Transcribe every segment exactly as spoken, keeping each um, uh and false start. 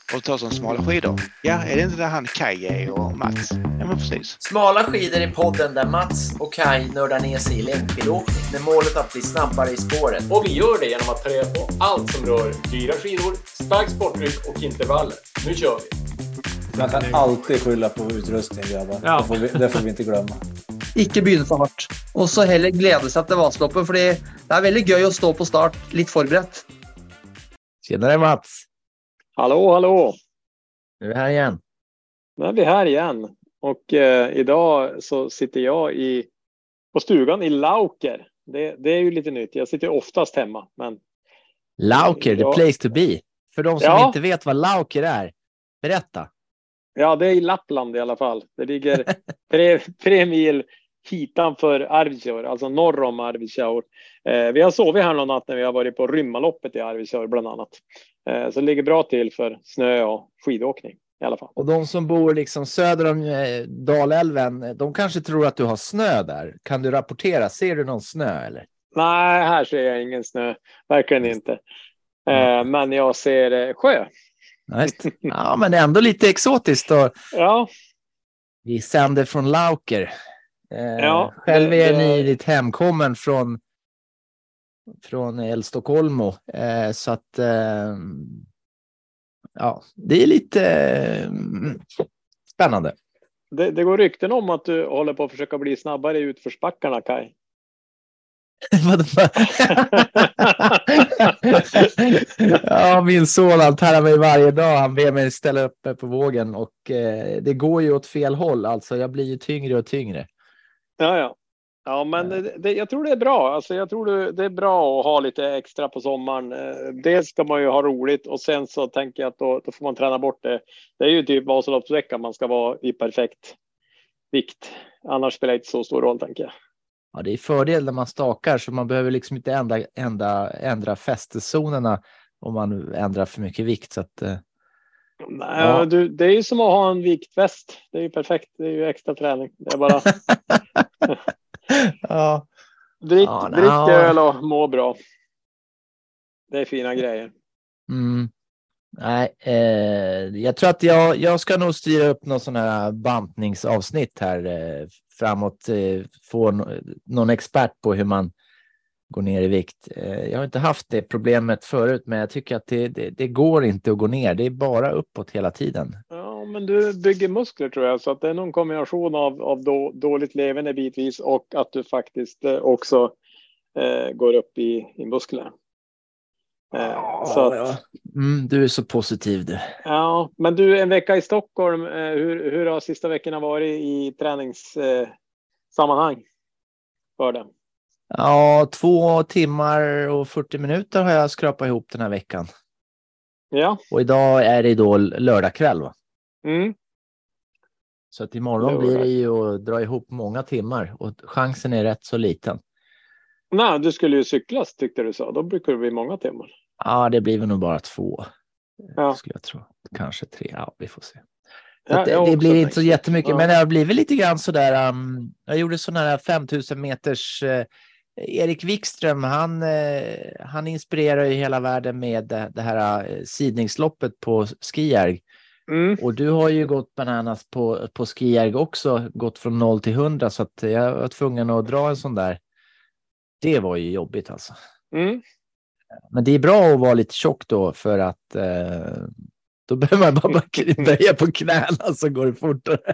och tar som smala skidor. Ja, är det inte där han Kaj är och Mats? Ja, men precis. Smala skidor i podden där Mats och Kaj nördar ner sig i längdskidåkning med målet att bli snabbare i spåret. Och vi gör det genom att ta reda på allt som rör dyra skidor, stark sportdryck och intervaller. Nu kör vi! Man kan alltid skylla på utrustning, grabbar. Ja. Det, får vi, det får vi inte glömma. Ikke begynne for hardt. Og så heller glede seg til Vasaloppet, fordi det er veldig gøy å stå på start litt forberedt. Tjenare Mats. Hallå, hallå. Nu är vi här igen. Nu är vi här igen. Och eh, idag så sitter jag i, på stugan i Lauker. Det, det är ju lite nytt. Jag sitter oftast hemma. Men, Lauker, ja. the place to be. För de som Ja. inte vet vad Lauker är, berätta. Ja, det är i Lappland i alla fall. Det ligger tre, tre mil hitanför Arvidsjaur, alltså norr om Arvidsjaur. Eh, vi har sovit här någon natt när vi har varit på Rymmaloppet i Arvidsjaur bland annat. Eh, så det ligger bra till för snö och skidåkning i alla fall. Och de som bor liksom söder om eh, Dalälven, de kanske tror att du har snö där. Kan du rapportera? Ser du någon snö eller? Nej, här ser jag ingen snö. Verkligen inte. Eh, men jag ser eh, sjö. Just. Ja, men ändå lite exotiskt då. Ja. Vi sänder från Lauker. Eh, Ja, själv det- är det- ni lite hemkommen från från El Stockholmo. Eh, så att eh, ja, det är lite eh, spännande. Det, det går rykten om att du håller på att försöka bli snabbare i utförsbackarna, Kaj. Vadå? Ja, min son han tar mig varje dag. Han ber mig ställa upp på vågen och eh, det går ju åt fel håll. Alltså jag blir ju tyngre och tyngre. Ja, ja. Ja, men det, det, jag tror det är bra. Alltså, jag tror det, det är bra att ha lite extra på sommaren. Eh, Dels ska man ju ha roligt och sen så tänker jag att då, då får man träna bort det. Det är ju typ Vasaloppsveckan man ska vara i perfekt vikt. Annars spelar det inte så stor roll, tänker jag. Ja, det är fördel när man stakar så man behöver liksom inte ändra, ändra, ändra fästezonerna om man ändrar för mycket vikt. Så att, eh, Nej, Ja. du, det är ju som att ha en viktväst. Det är ju perfekt. Det är ju extra träning. Det är bara ja. drick, Ja, drick ja. öl och må bra. Det är fina grejer. Mm. Nej, eh, jag tror att jag, jag ska nog styra upp någon sån här bantningsavsnitt här eh, framåt. Eh, få no, någon expert på hur man går ner i vikt. Eh, jag har inte haft det problemet förut, men jag tycker att det, det, det går inte att gå ner. Det är bara uppåt hela tiden. Ja, men du bygger muskler tror jag. Så att det är någon kombination av, av då, dåligt levande bitvis och att du faktiskt eh, också eh, går upp i, i muskler. Eh, så att, ja. Mm, du är så positiv du. ja, men du, en vecka i Stockholm. Eh, hur, hur har sista veckorna varit i träningssammanhang eh, sammanhang för det? Ja, två timmar och fyrtio minuter har jag skrapat ihop den här veckan. Ja. Och idag är det då lördag kväll va? Mm. Så att imorgon Lördag. blir det ju att dra ihop många timmar. Och chansen är rätt så liten. Nej, du skulle ju cyklas tyckte du sa. Då brukar det bli många timmar. Ja, det blir väl nog bara två. Ja. Skulle jag tro. Kanske tre. Ja, vi får se. Så Ja, att det, jag det också blir inte så tänkt. jättemycket. Ja. Men det har blivit lite grann sådär. Um, jag gjorde sån här femtusen meters... Uh, Erik Wikström, han, uh, han inspirerar ju hela världen med det, det här uh, sidningsloppet på Skijärg. Mm. Och du har ju gått bananas på, på Skijärg också. Gått från noll till hundra. Så att jag var tvungen att dra en sån där. Det var ju jobbigt alltså. Mm. Men det är bra att vara lite tjock då för att eh, då behöver man bara böja på knäna så går det fortare.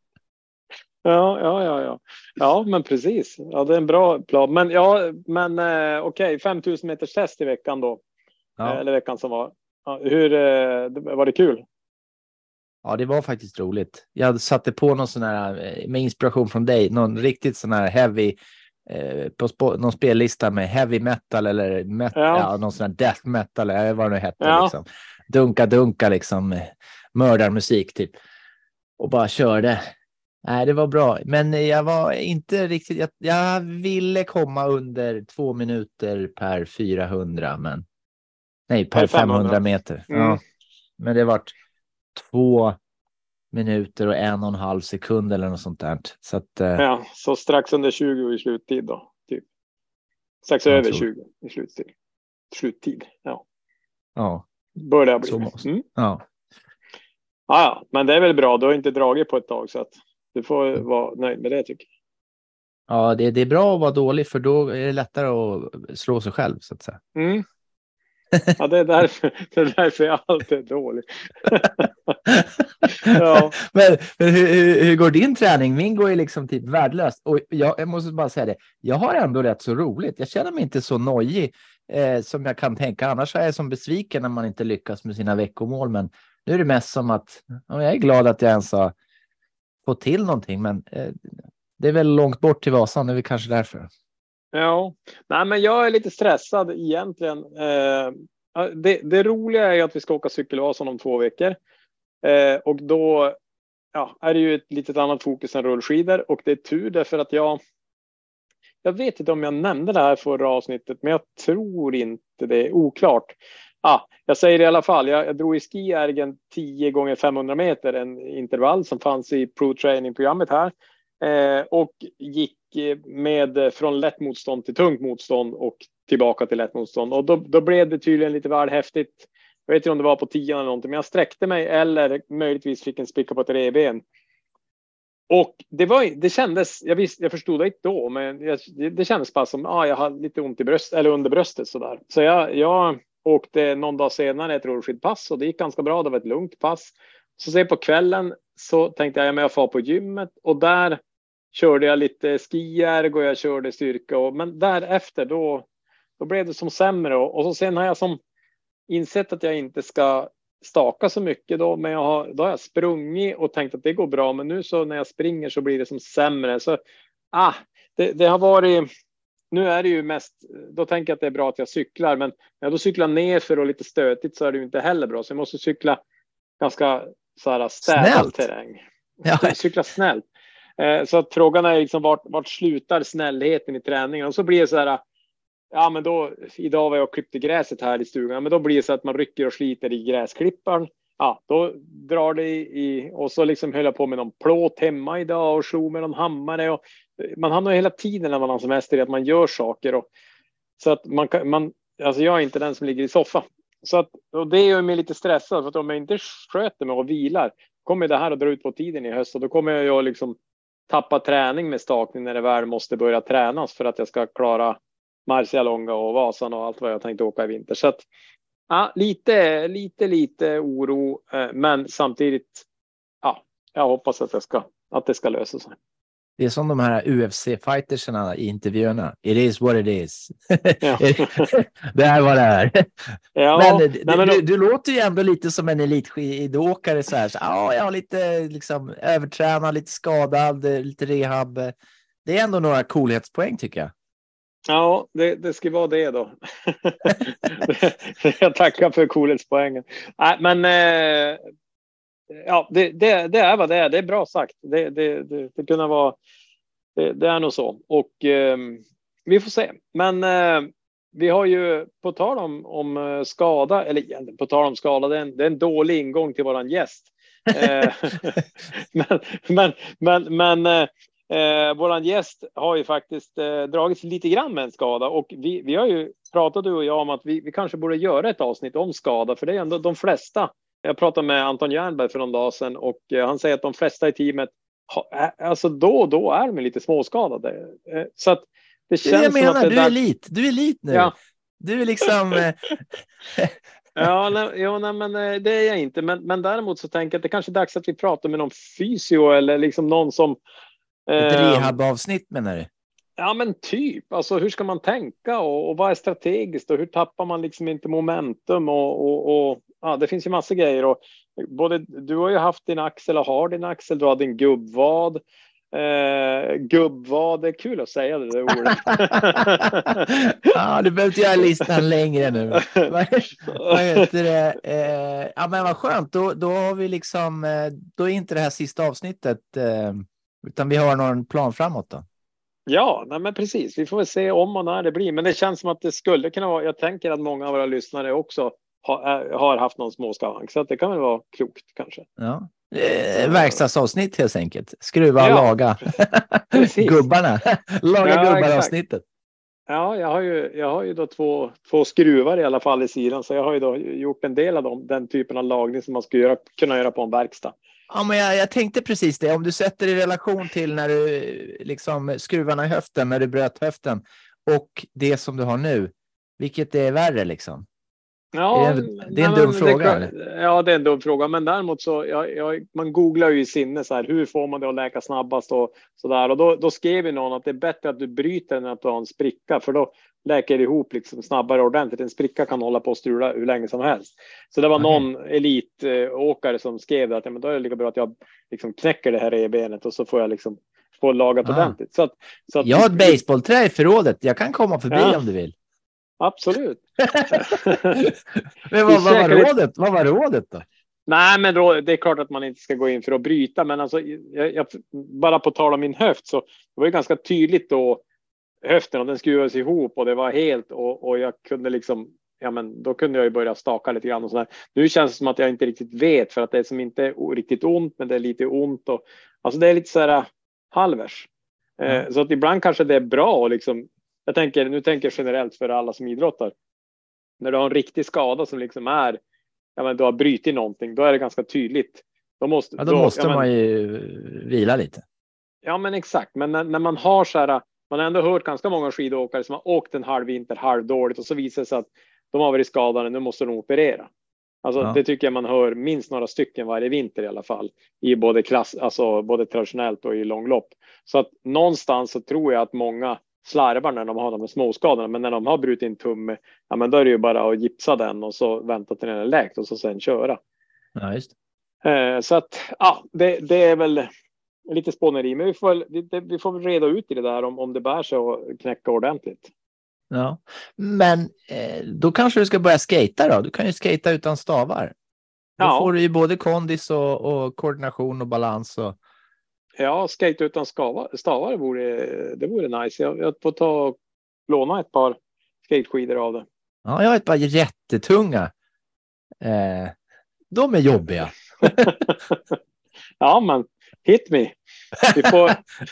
Ja, ja, ja, ja. Ja, men precis. Ja, det är en bra plan. Men ja, men eh, okej, femtusen meters test i veckan då. Ja. Eh, Eller veckan som var. Ja, hur eh, var det kul? Ja, det var faktiskt roligt. Jag satte på någon sån här eh, med inspiration från dig, någon riktigt sån här heavy eh, på sp- någon spellista med heavy metal eller met- Ja. ja, någon sån här death metal eller vad det nu hette Ja. liksom. Dunka dunka liksom eh, mördarmusik typ. Och bara körde. Nej, det var bra. Men jag var inte riktigt... Jag, jag ville komma under två minuter per fyrahundra, men... Nej, per, Per femhundra. femhundra meter. Mm. Ja. Men det vart två minuter och en och en halv sekund eller något sånt där. Så att... Eh, Ja, så strax under tjugo i sluttid då. Typ. Strax Jag över tror- tjugo i sluttid. Sluttid, ja. ja. Bör det ha Så blivit. måste- Mm. Ja. ja, men det är väl bra. Du har inte dragit på ett tag så att du får vara nöjd med det tycker jag. Ja, det, det är bra att vara dålig för då är det lättare att slå sig själv så att säga. Mm. Ja, det är därför, det är därför jag alltid är dålig. Ja. Men, men hur, hur, hur går din träning? Min går ju liksom typ värdelöst. Och jag, jag måste bara säga det. Jag har ändå rätt så roligt. Jag känner mig inte så nojig eh, som jag kan tänka. Annars är jag som besviken när man inte lyckas med sina veckomål. Men nu är det mest som att ja, jag är glad att jag ens har fått till någonting. Men eh, det är väl långt bort till Vasan. Det är väl kanske därför. Ja, nej, men jag är lite stressad egentligen. Eh, det, det roliga är att vi ska åka cykelvasan om två veckor. Eh, och då ja, är det ju ett litet annat fokus än rullskidor. Och det är tur därför att jag... Jag vet inte om jag nämnde det här förra avsnittet, men jag tror inte det är oklart. Ah, jag säger det i alla fall. Jag, jag drog i skijärgen tio gånger femhundra meter, en intervall som fanns i Pro Training-programmet här. Eh, och gick med från lätt motstånd till tungt motstånd och tillbaka till lätt motstånd. Och då, då blev det tydligen lite väl häftigt. Jag vet inte om det var på tio eller någonting, men jag sträckte mig eller möjligtvis fick en spricka på ett revben. Och det var, det kändes, jag visste, jag förstod det inte då, men jag, det, det kändes bara som, ah, jag hade lite ont i bröst eller under bröstet sådär. Så jag, jag åkte någon dag senare ett rullskidpass och det gick ganska bra, det var ett lugnt pass. Så sen på kvällen så tänkte jag, ja, men jag får på gymmet och där körde jag lite skijärg och jag körde styrka. Och, men därefter då, då blev det som sämre. Och, och så sen har jag som insett att jag inte ska staka så mycket då. Men jag har, då har jag sprungit och tänkt att det går bra. Men nu så när jag springer så blir det som sämre. Så ah, det, det har varit... Nu är det ju mest... Då tänker jag att det är bra att jag cyklar. Men när jag då cyklar ner för och lite stötigt så är det ju inte heller bra. Så jag måste cykla ganska så här städad terräng. Ja. Cykla snällt. Så att frågan är liksom vart, vart slutar snällheten i träningen. Och så blir det så här, ja men då, idag var jag och klippte gräset här i stugan. Men då blir det så att man rycker och sliter i gräsklipparen. Ja, då drar det i, och så liksom höll jag på med någon plåt hemma idag och slog med någon hammare. Och man hamnar hela tiden när man har semester i att man gör saker. Och, så att man kan, man, alltså jag är inte den som ligger i soffa. Så att, och det gör mig lite stressad för att om jag inte sköter mig och vilar kommer det här att dra ut på tiden i höst. Och då kommer jag liksom tappa träning med stakning när det väl måste börja tränas för att jag ska klara Marcialonga och Vasan och allt vad jag tänkte åka i vinter. Så att ja, lite, lite, lite oro, men samtidigt ja, jag hoppas att, jag ska, att det ska lösa sig. Det är som de här U F C-fightersarna i intervjuerna. It is what it is. Ja. Det är vad det är. Ja, men, du, nej, men du, du låter ju ändå lite som en elitskidåkare. Så här. Så, ja, jag har lite liksom, övertränad, lite skadad, lite rehab. Det är ändå några coolhetspoäng tycker jag. Ja, det, det ska vara det då. Jag tackar för coolhetspoängen. Nej, men eh, ja, det, det, det är vad det är. Det är bra sagt. Det, det, det, det kunde vara, det, det är nog så. Och eh, vi får se. Men eh, vi har ju på tal om, om skada, eller på tal om skada, det är en, det är en dålig ingång till våran gäst. eh, men men, men, men eh, Eh, våran gäst har ju faktiskt eh, dragits lite grann med en skada och vi, vi har ju pratat du och jag om att vi, vi kanske borde göra ett avsnitt om skada för det är ändå de flesta. Jag pratade med Anton Jernberg för någon dag sedan och eh, han säger att de flesta i teamet ha, alltså då och då är de lite småskadade. Eh, så att det känns jag menar, som att det du är är elit, du är elit nu. Ja. Du är liksom... Eh... ja, nej, ja nej, men det är jag inte. Men, men däremot så tänker jag att det kanske är dags att vi pratar med någon fysio eller liksom någon som ett rehabavsnitt menar du? Ja men typ, alltså hur ska man tänka och, och vad är strategiskt och hur tappar man liksom inte momentum och, och, och ja, det finns ju massa grejer och både du har ju haft din axel och har din axel, du har din gubbvad eh, gubbvad, det är kul att säga det där ordet. Ja, du behöver inte göra listan längre nu. Vad heter det? Eh, ja men vad skönt, då, då har vi liksom då är inte det här sista avsnittet eh, utan vi har någon plan framåt då. Ja, nej men precis. Vi får väl se om och när det blir. Men det känns som att det skulle kunna vara... Jag tänker att många av våra lyssnare också har, har haft någon småskavank. Så att det kan väl vara klokt kanske. Ja. Eh, verkstadsavsnitt helt enkelt. Skruva och ja, laga. Gubbarna. Laga ja, gubbar-avsnittet. Ja, jag har ju, jag har ju då två, två skruvar i alla fall i sidan. Så jag har ju då gjort en del av dem, den typen av lagning som man skulle göra, kunna göra på en verkstad. Ja, men jag, jag tänkte precis det. Om du sätter i relation till när du liksom skruvarna i höften, när du bröt höften och det som du har nu, vilket är värre liksom? Ja, är det, det är en dum det, fråga. Det, eller? ja, det är en dum fråga. Men däremot så, jag, jag, man googlar ju i sinne så här, hur får man det att läka snabbast och sådär. Och då, då skrev ju någon att det är bättre att du bryter än att du har en spricka, för då läker det ihop liksom snabbare och ordentligt. En spricka kan hålla på att strula hur länge som helst. Så det var någon okay. elitåkare som skrev det, att ja, men då är det lika bra att jag liksom knäcker det här revbenet och så får jag liksom få lagat ah. ordentligt. Så att, så att, jag har ett baseballträ i förrådet. Jag kan komma förbi ja. om du vill. Absolut. Men vad, vad, var rådet? vad var rådet då? Nej, men då, det är klart att man inte ska gå in för att bryta. Men alltså, jag, jag, bara på tal om min höft, så det var ju ganska tydligt då höften, och den skruvades ihop och det var helt, och, och jag kunde liksom, ja men då kunde jag ju börja staka lite grann och sådär. Nu känns det som att jag inte riktigt vet, för att det är som inte är riktigt ont, men det är lite ont, och alltså det är lite så här halvers. Mm. Eh, så att ibland kanske det är bra och liksom, jag tänker, nu tänker jag generellt för alla som idrottar. När du har en riktig skada som liksom är, ja men du har brutit någonting, då är det ganska tydligt. Då måste, ja, då då, måste ja, men, man ju vila lite. Ja men exakt, men när, när man har så här, man har ändå hört ganska många skidåkare som har åkt en halv vinter halv dåligt, och så visar det sig att de har varit skadade, nu måste de operera. Alltså ja. Det tycker jag man hör minst några stycken varje vinter i alla fall, i både klass, alltså både traditionellt och i långlopp. Så att någonstans så tror jag att många slarvar när de har de småskadorna, men när de har brutit en tumme, ja men då är det ju bara att gipsa den och så vänta till den är läkt och så sen köra. Ja, just. Eh, så att ja, det, det är väl lite spåneri, men vi får, det, vi får väl reda ut i det där om, om det bär sig och knäcka ordentligt. Ja, men eh, då kanske du ska börja skata då. Du kan ju skata utan stavar. Då ja. får du ju både kondis och, och koordination och balans och... Ja, skate utan stavar, stavar vore, det vore nice. Jag, jag får ta och låna ett par skateskidor av det. Ja, jag har ett par jättetunga. Eh, de är jobbiga. Ja, men hit me. Vi får,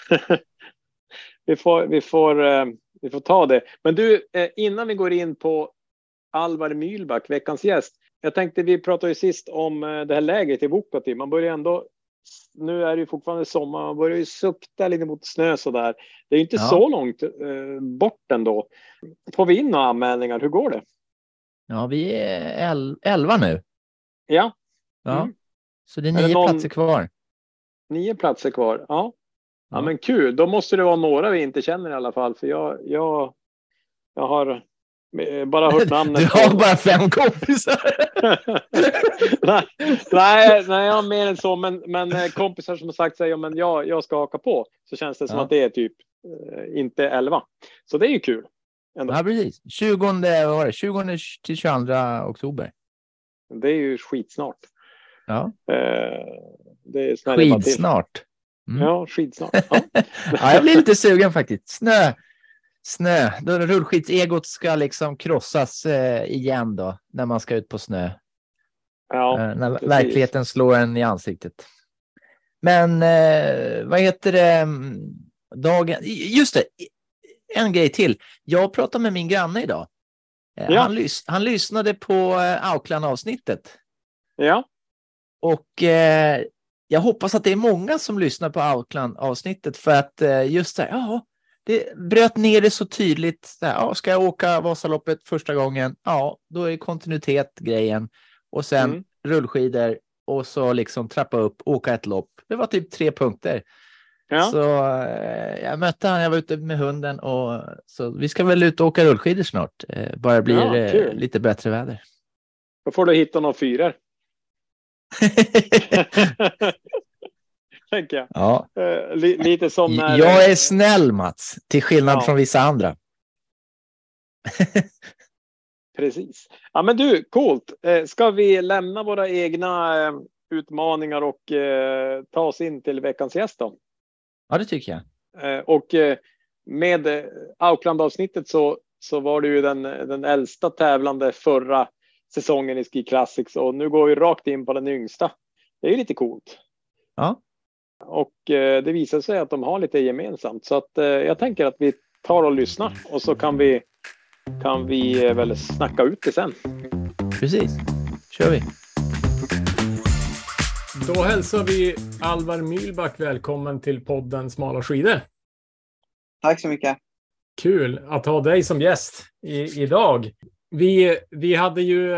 vi får, vi får, vi får ta det. Men du, innan vi går in på Alvar Mylback, veckans gäst. Jag tänkte, vi pratade ju sist om det här läget i Vuokatti. Man börjar ändå, nu är det ju fortfarande sommar, man börjar ju sukta lite mot snö så där. Det är inte ja. så långt eh, bort ändå. Får vi in några anmälningar? Hur går det? Ja, vi är el- elva nu. Ja. Ja. Mm. Så det är nio är det någon... platser kvar. Nio platser kvar, ja. ja. Ja, men kul. Då måste det vara några vi inte känner i alla fall. För jag, jag, jag har bara hört namnet. Du har på... bara fem kompisar. nej, nej, nej, jag har mer än så. Men, men kompisar som har sagt sig, ja, men jag, jag ska haka på. Så känns det som ja. att det är typ eh, inte elva. Så det är ju kul. Ändå. Ja, precis. tjugonde, vad var det? tjugonde till tjugoandra oktober. Det är ju skitsnart. Ja. Eh, det är skitsnart. Mm. Ja, skitsnart. Ja. Ja, jag blir lite sugen faktiskt. Snö. Snö. Då rullskidsegot ska liksom krossas eh, igen då. När man ska ut på snö. Ja, eh, när precis. Verkligheten slår en i ansiktet. Men eh, vad heter det? Dagen. Just det. En grej till. Jag pratade med min granne idag. Eh, ja. han, lys- han lyssnade på eh, Aukland-avsnittet. Ja. Och eh, jag hoppas att det är många som lyssnar på Aukland-avsnittet, för att eh, just så här, ja, det bröt ner det så tydligt. Så här, ja, ska jag åka Vasaloppet första gången? Ja, då är kontinuitet grejen. Och sen mm. rullskidor och så liksom trappa upp, åka ett lopp. Det var typ tre punkter. Ja. Så eh, jag mötte han, jag var ute med hunden, och så vi ska väl ut och åka rullskidor snart. Eh, bara blir ja, eh, lite bättre väder. Då får du hitta några fyrer. Tänker jag. Ja. Uh, li- lite som när... Jag är snäll, Mats, till skillnad ja. från vissa andra. Precis. Ja, men du, coolt. Uh, ska vi lämna våra egna uh, utmaningar och uh, ta oss in till veckans gäst då? Ja, det tycker jag. Uh, och uh, med uh, Aukland-avsnittet så, så var det ju den, den äldsta tävlande förra säsongen i Ski Classics, och nu går vi rakt in på den yngsta. Det är ju lite coolt. Ja. Och eh, det visar sig att de har lite gemensamt, så att eh, jag tänker att vi tar och lyssnar och så kan vi, kan vi väl snacka ut det sen. Precis, kör vi. Då hälsar vi Alvar Mühlback välkommen till podden Smala skidor. Tack så mycket. Kul att ha dig som gäst i, idag. Vi, vi hade ju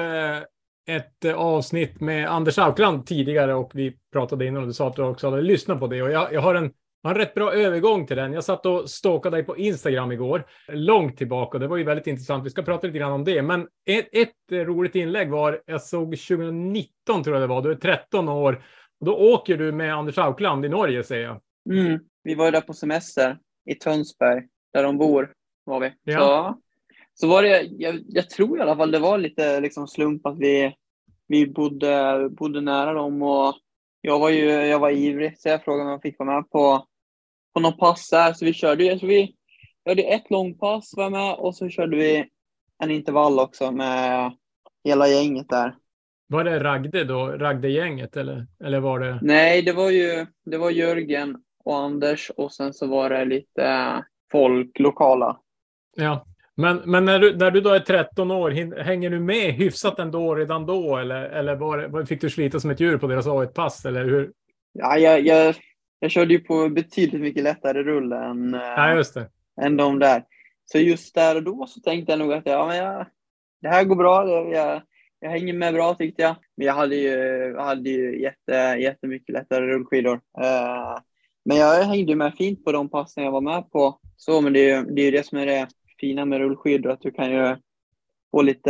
ett avsnitt med Anders Aukland tidigare och vi pratade innan och du sa att du också hade lyssnat på det. Och jag, jag har en, har en rätt bra övergång till den. Jag satt och stalkade dig på Instagram igår, långt tillbaka. Det var ju väldigt intressant. Vi ska prata lite grann om det. Men ett, ett roligt inlägg var, jag såg tjugonitton tror jag det var, du är tretton år. Och då åker du med Anders Aukland i Norge, säger jag. Mm. Vi var ju där på semester i Tönsberg, där de bor, var vi. Ja. Så, så var det, jag, jag tror i alla fall det var lite liksom slump att vi, vi bodde, bodde nära dem. Och jag var ju jag var ivrig, så jag frågade om jag fick vara med på, på någon pass där. Så vi körde, jag tror vi gjorde ett långpass, var med, och så körde vi en intervall också med hela gänget där. Var det Ragde då? Ragde-gänget eller, eller var det? Nej, det var ju det var Jörgen och Anders och sen så var det lite folk lokala. Ja, men, men när, du, när du då är tretton år, hänger du med hyfsat ändå redan då? Eller, eller var, var, fick du slita som ett djur på deras A ett-pass? Eller hur? Ja, jag, jag, jag körde ju på betydligt mycket lättare rull än, ja, just det. än de där. Så just där och då så tänkte jag nog att ja, men jag, det här går bra. Jag, jag hänger med bra tyckte jag. Men jag hade ju, jag hade ju jätte, jättemycket lättare rullskidor. Uh, men jag hängde med fint på de passen jag var med på. Så, men det är ju det, är det som är det fina med rullskidor. Att du kan ju få lite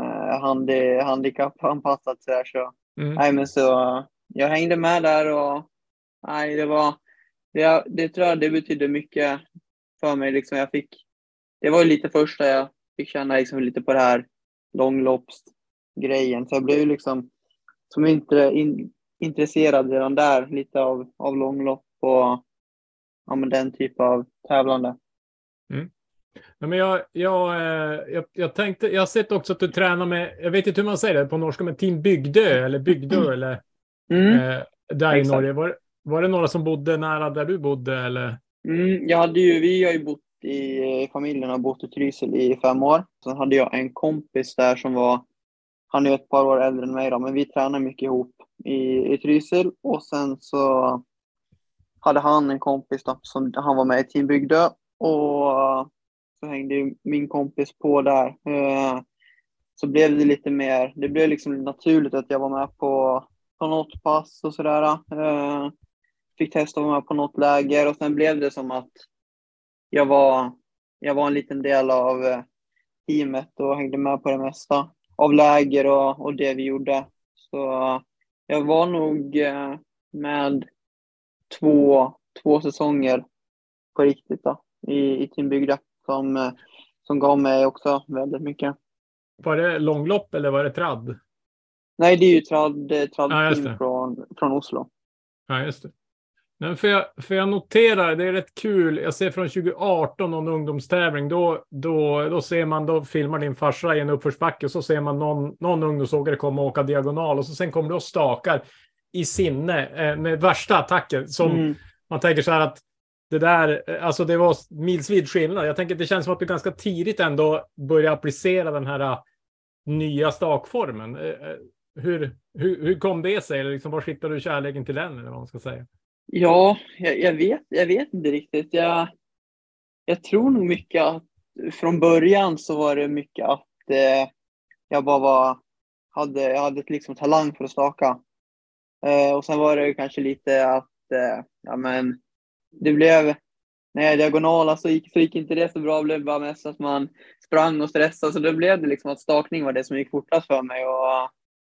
handi, handikappanpassat så här. Så. Mm. Nej, men så jag hängde med där och nej, det var det, det tror jag det betydde mycket för mig. Liksom jag fick, det var ju lite första jag fick känna liksom lite på det här långloppsgrejen. Så jag blev ju liksom som inte in, intresserad redan där lite av, av långlopp och ja, men den typ av tävlande. Mm. Ja, men jag, jag, jag, jag tänkte, jag har sett också att du tränar med, jag vet inte hur man säger det på norska, med Team Bygdö eller Bygdö eller Mm. eh, där Exakt. i Norge. Var, var det några som bodde nära där du bodde eller? Mm, jag hade ju, vi har ju bott i, i familjen har bott i Trysil i fem år. Sen hade jag en kompis där som var, han är ett par år äldre än mig då, men vi tränade mycket ihop i, i Trysil. Och sen så hade han en kompis då, som han var med i Team Bygdö. Och så hängde ju min kompis på där. Så blev det lite mer, det blev liksom naturligt att jag var med på, på något pass och sådär. Fick testa att vara med på något läger och sen blev det som att jag var, jag var en liten del av teamet och hängde med på det mesta av läger och, och det vi gjorde. Så jag var nog med två, två säsonger på riktigt då, i, i Team Bygdö som, som gav mig också väldigt mycket. Var det långlopp eller var det tradd? Nej, det är ju tradd, tradd ja, team från, från Oslo. Ja, just det. Men för, jag, för jag noterar, det är rätt kul, jag ser från tjugo arton någon ungdomstävling, då, då, då ser man, då filmar din farsa i en uppförsbacke och så ser man någon, någon ungdomsåkare komma och åka diagonal och så sen kommer du och stakar i sinne eh, med värsta attacker som mm. man tänker så här att det där, alltså det var milsvid skillnad. Jag tänker att det känns som att du ganska tidigt ändå börjar applicera den här uh, nya stakformen. Uh, hur, hur, hur kom det sig? Eller liksom, var skickade du kärleken till den? Eller vad man ska säga? Ja, jag, jag, vet, jag vet inte riktigt. Jag, jag tror nog mycket att från början så var det mycket att eh, jag bara var, hade, jag hade liksom talang för att staka. Eh, och sen var det kanske lite att eh, ja, men, det blev, när jag diagonala så gick, så gick inte det så bra. Det blev bara mest att man sprang och stressade. Så då blev det liksom att stakning var det som gick fortast för mig. Och,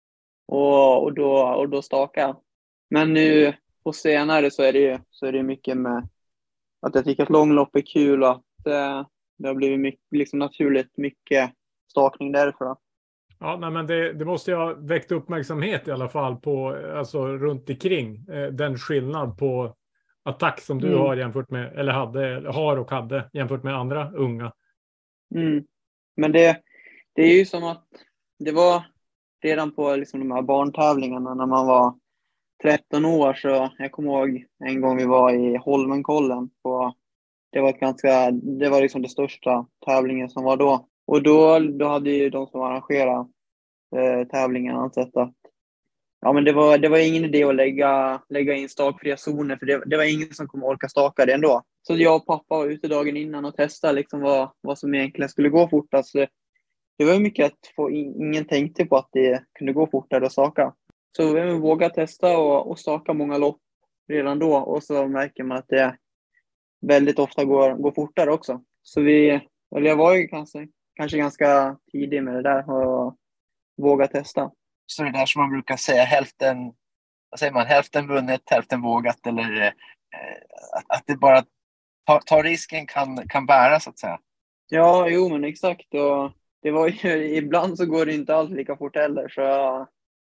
och, och, då, och då staka. Men nu på senare så är det, så är det mycket med att jag tycker att långlopp är kul. Och att eh, det har blivit mycket, liksom naturligt mycket stakning därför. Då. Ja, nej, men det, det måste ju ha väckt uppmärksamhet i alla fall på, alltså runt omkring eh, den skillnad på attack som du mm. har jämfört med, eller hade, har och hade jämfört med andra unga. Mm. Men det, det är ju som att det var redan på liksom de här barntävlingarna när man var tretton år, så jag kommer ihåg en gång vi var i Holmenkollen på det var ett ganska, det var liksom det största tävlingen som var då. Och då, då hade ju de som arrangerade eh, tävlingen ansett att ja, men det var, det var ingen idé att lägga, lägga in stakfria zoner, för det, det var ingen som kommer orka staka det ändå. Så jag och pappa var ute dagen innan och testade liksom vad, vad som egentligen skulle gå fortast. Det, det var mycket att få in, ingen tänkte på att det kunde gå fortare att staka. Så vi vågade testa och, och staka många lopp redan då, och så märker man att det väldigt ofta går, går fortare också. Så vi, eller jag var ju kanske, kanske ganska tidig med det där och våga testa. Så det där som man brukar säga, hälften, vad säger man, hälften vunnet, hälften vågat, eller eh, att, att det bara ta, ta risken kan, kan bära, så att säga. Ja, jo men exakt. Och det var ju, ibland så går det inte alls lika fort heller. Så,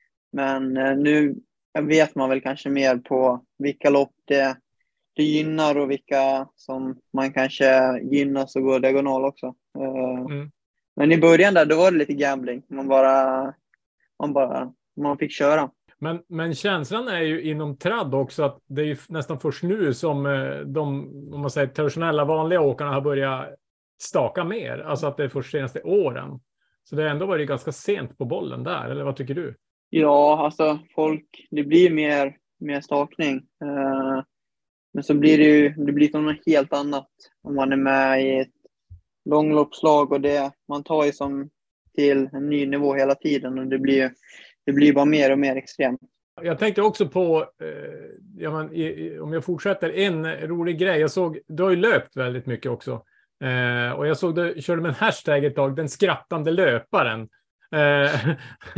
men eh, nu vet man väl kanske mer på vilka lopp det, det gynnar och vilka som man kanske gynnas och går diagonal också. Eh, Mm. Men i början där, då var det lite gambling. Man bara... Man bara, man fick köra. Men, men känslan är ju inom tradd också att det är ju nästan först nu som eh, de, om man säger, traditionella vanliga åkarna har börjat staka mer. Alltså att det är först senaste åren. Så det har ändå varit ganska sent på bollen där, eller vad tycker du? Ja, alltså folk, det blir mer, mer stakning. Uh, men så blir det ju, det blir som något helt annat om man är med i ett långloppslag, och det, man tar ju som till en ny nivå hela tiden, och det blir, det blir bara mer och mer extremt. Jag tänkte också på, eh, ja, men, i, om jag fortsätter, en rolig grej. Jag såg, du har ju löpt väldigt mycket också. Eh, och jag såg du körde med en hashtag ett tag, den skrattande löparen. Eh,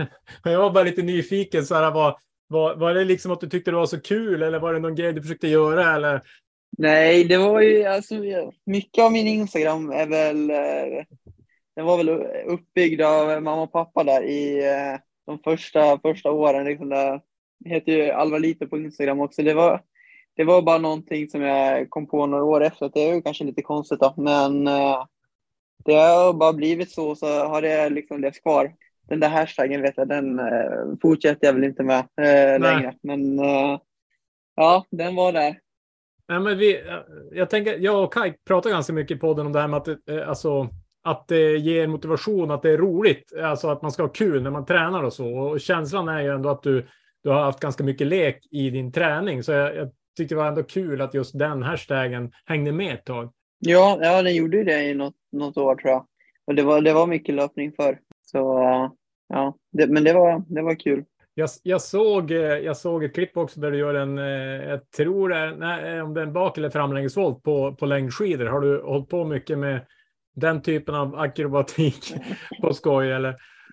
jag var bara lite nyfiken, så här, var, var, var det liksom att du tyckte det var så kul, eller var det någon grej du försökte göra, eller? Nej, det var ju, alltså, mycket av min Instagram är väl... Eh, Den var väl uppbyggd av mamma och pappa där i eh, de första, första åren. Liksom där. Det heter ju Alva Lite på Instagram också. Det var, det var bara någonting som jag kom på några år efter. Det är ju kanske lite konstigt då. Men eh, det har bara blivit så, så har det liksom levt kvar. Den där hashtaggen vet jag, den eh, fortsätter jag väl inte med eh, längre. Men eh, ja, den var där. Nej, men vi, jag tänker, jag och Kaj pratar ganska mycket på podden om det här med att eh, alltså att det ger motivation, att det är roligt, alltså att man ska ha kul när man tränar och så. Och känslan är ju ändå att du, du har haft ganska mycket lek i din träning. Så jag, jag tyckte det var ändå kul att just den hashtaggen hängde med ett tag. Ja, ja, den gjorde ju det i något, något år tror jag. Och det var, det var mycket löpning för. Så ja, det, men det var, det var kul. Jag, jag, såg, jag såg ett klipp också där du gör en, jag tror det är, nej, om det är en bak- eller framlängdsvolt på, på längdskidor. Har du hållit på mycket med den typen av akrobatik på skoj, eller?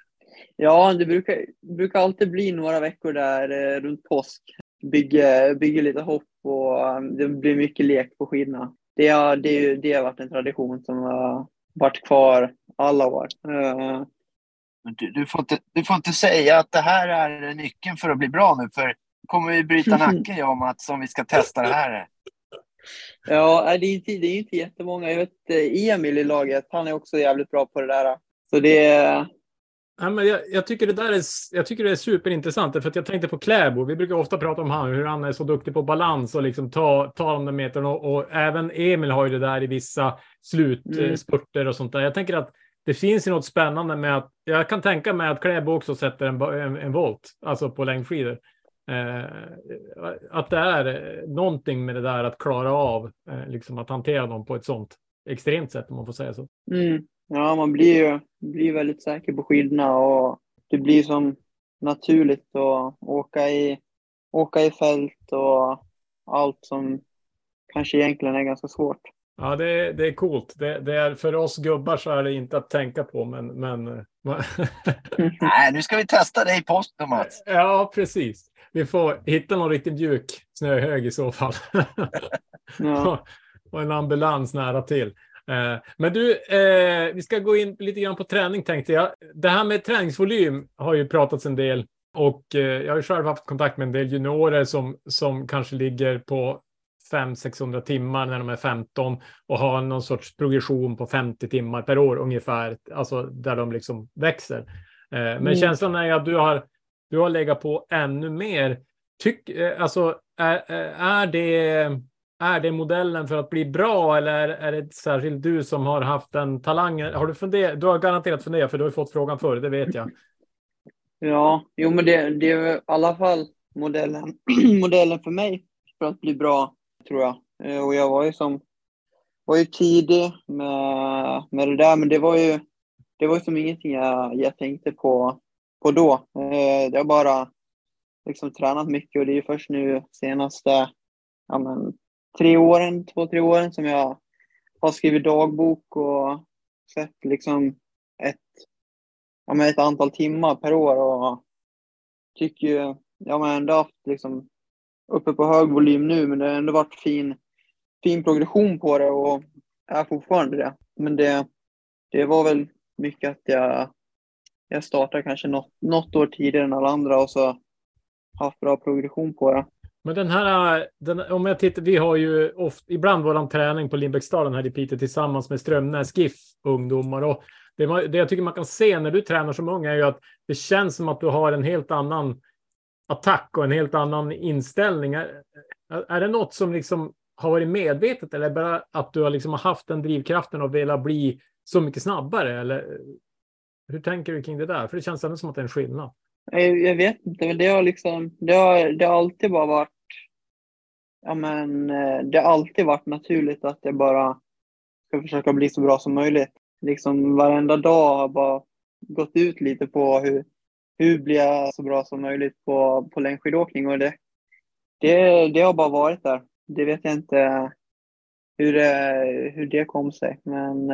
Ja, det brukar, brukar alltid bli några veckor där eh, runt påsk. Bygger, bygger lite hopp, och um, det blir mycket lek på skidorna. Det har, det, det har varit en tradition som har varit kvar alla år. Uh, Du, du, får inte, du får inte säga att det här är nyckeln för att bli bra nu, för kommer vi bryta nacken om att som vi ska testa det här. Ja, det är inte, det är inte jättemånga. Jag vet Emil i laget, han är också jävligt bra på det där. Så det är... Ja, men jag, jag, tycker det där är, jag tycker det är superintressant, för att jag tänkte på Kläbo. Vi brukar ofta prata om han, hur han är så duktig på balans och liksom ta, ta de där meterna. Och, och även Emil har ju det där i vissa slutspurter mm. och sånt där. Jag tänker att det finns ju något spännande med att, jag kan tänka mig att Kläbo också sätter en, en, en volt, alltså på längdskidor. Eh, att det är någonting med det där att klara av, eh, liksom att hantera dem på ett sånt extremt sätt, om man får säga så. Mm. Ja, man blir ju blir väldigt säker på skidorna, och det blir som naturligt att åka i, åka i fält och allt som kanske egentligen är ganska svårt. Ja, det är, det är coolt. Det, det är, för oss gubbar så är det inte att tänka på, men... men Nej, nu ska vi testa dig i post, Mats. Ja, precis. Vi får hitta någon riktigt mjuk snöhög i så fall. Ja. Och en ambulans nära till. Eh, men du, eh, vi ska gå in lite grann på träning, tänkte jag. Det här med träningsvolym har ju pratats en del. Och eh, jag har ju själv haft kontakt med en del juniorer som, som kanske ligger på fem till sexhundra timmar när de är femton och har någon sorts progression på femtio timmar per år ungefär, alltså där de liksom växer. Eh, men mm. känslan är att du har, du har legat på ännu mer. Tyck, eh, alltså, är, är, det, är det modellen för att bli bra, eller är det särskilt du som har haft den talangen? Har du funderat? Du har garanterat funderat, för du har fått frågan förr, det vet jag. Ja, jo men det, det är i alla fall modellen, modellen för mig för att bli bra, tror jag. Eh, Och jag var ju som var ju tidig med, med det där, men det var ju det var ju som ingenting jag, jag tänkte på, på då. Eh, Det har bara liksom tränat mycket, och det är ju först nu senaste ja, men, tre åren, två, tre åren som jag har skrivit dagbok och sett liksom ett, ja, men ett antal timmar per år, och tycker ju, jag har ändå haft liksom uppe på hög volym nu, men det har ändå varit fin, fin progression på det och är fortfarande det. Men det, det var väl mycket att jag, jag startade kanske något, något år tidigare än alla andra, och så haft bra progression på det. Men den här, den, om jag tittar, vi har ju ofta, ibland våran träning på Lindbäcksdalen här i Piteå tillsammans med Strömnäs GIF ungdomar, och det, det jag tycker man kan se när du tränar som ung är ju att det känns som att du har en helt annan attack och en helt annan inställning. Är, är det något som liksom har varit medvetet, eller bara att du har liksom haft den drivkraften och velat bli så mycket snabbare, eller hur tänker du kring det där? För det känns ändå som att det är en skillnad. Jag, jag vet inte, men det har liksom det har, det har alltid bara varit ja men det har alltid varit naturligt att jag bara ska försöka bli så bra som möjligt. Liksom varenda dag har bara gått ut lite på hur hur blir jag så bra som möjligt på på längdskidåkning, och det det det har bara varit där. Det vet jag inte hur det hur det kom sig, men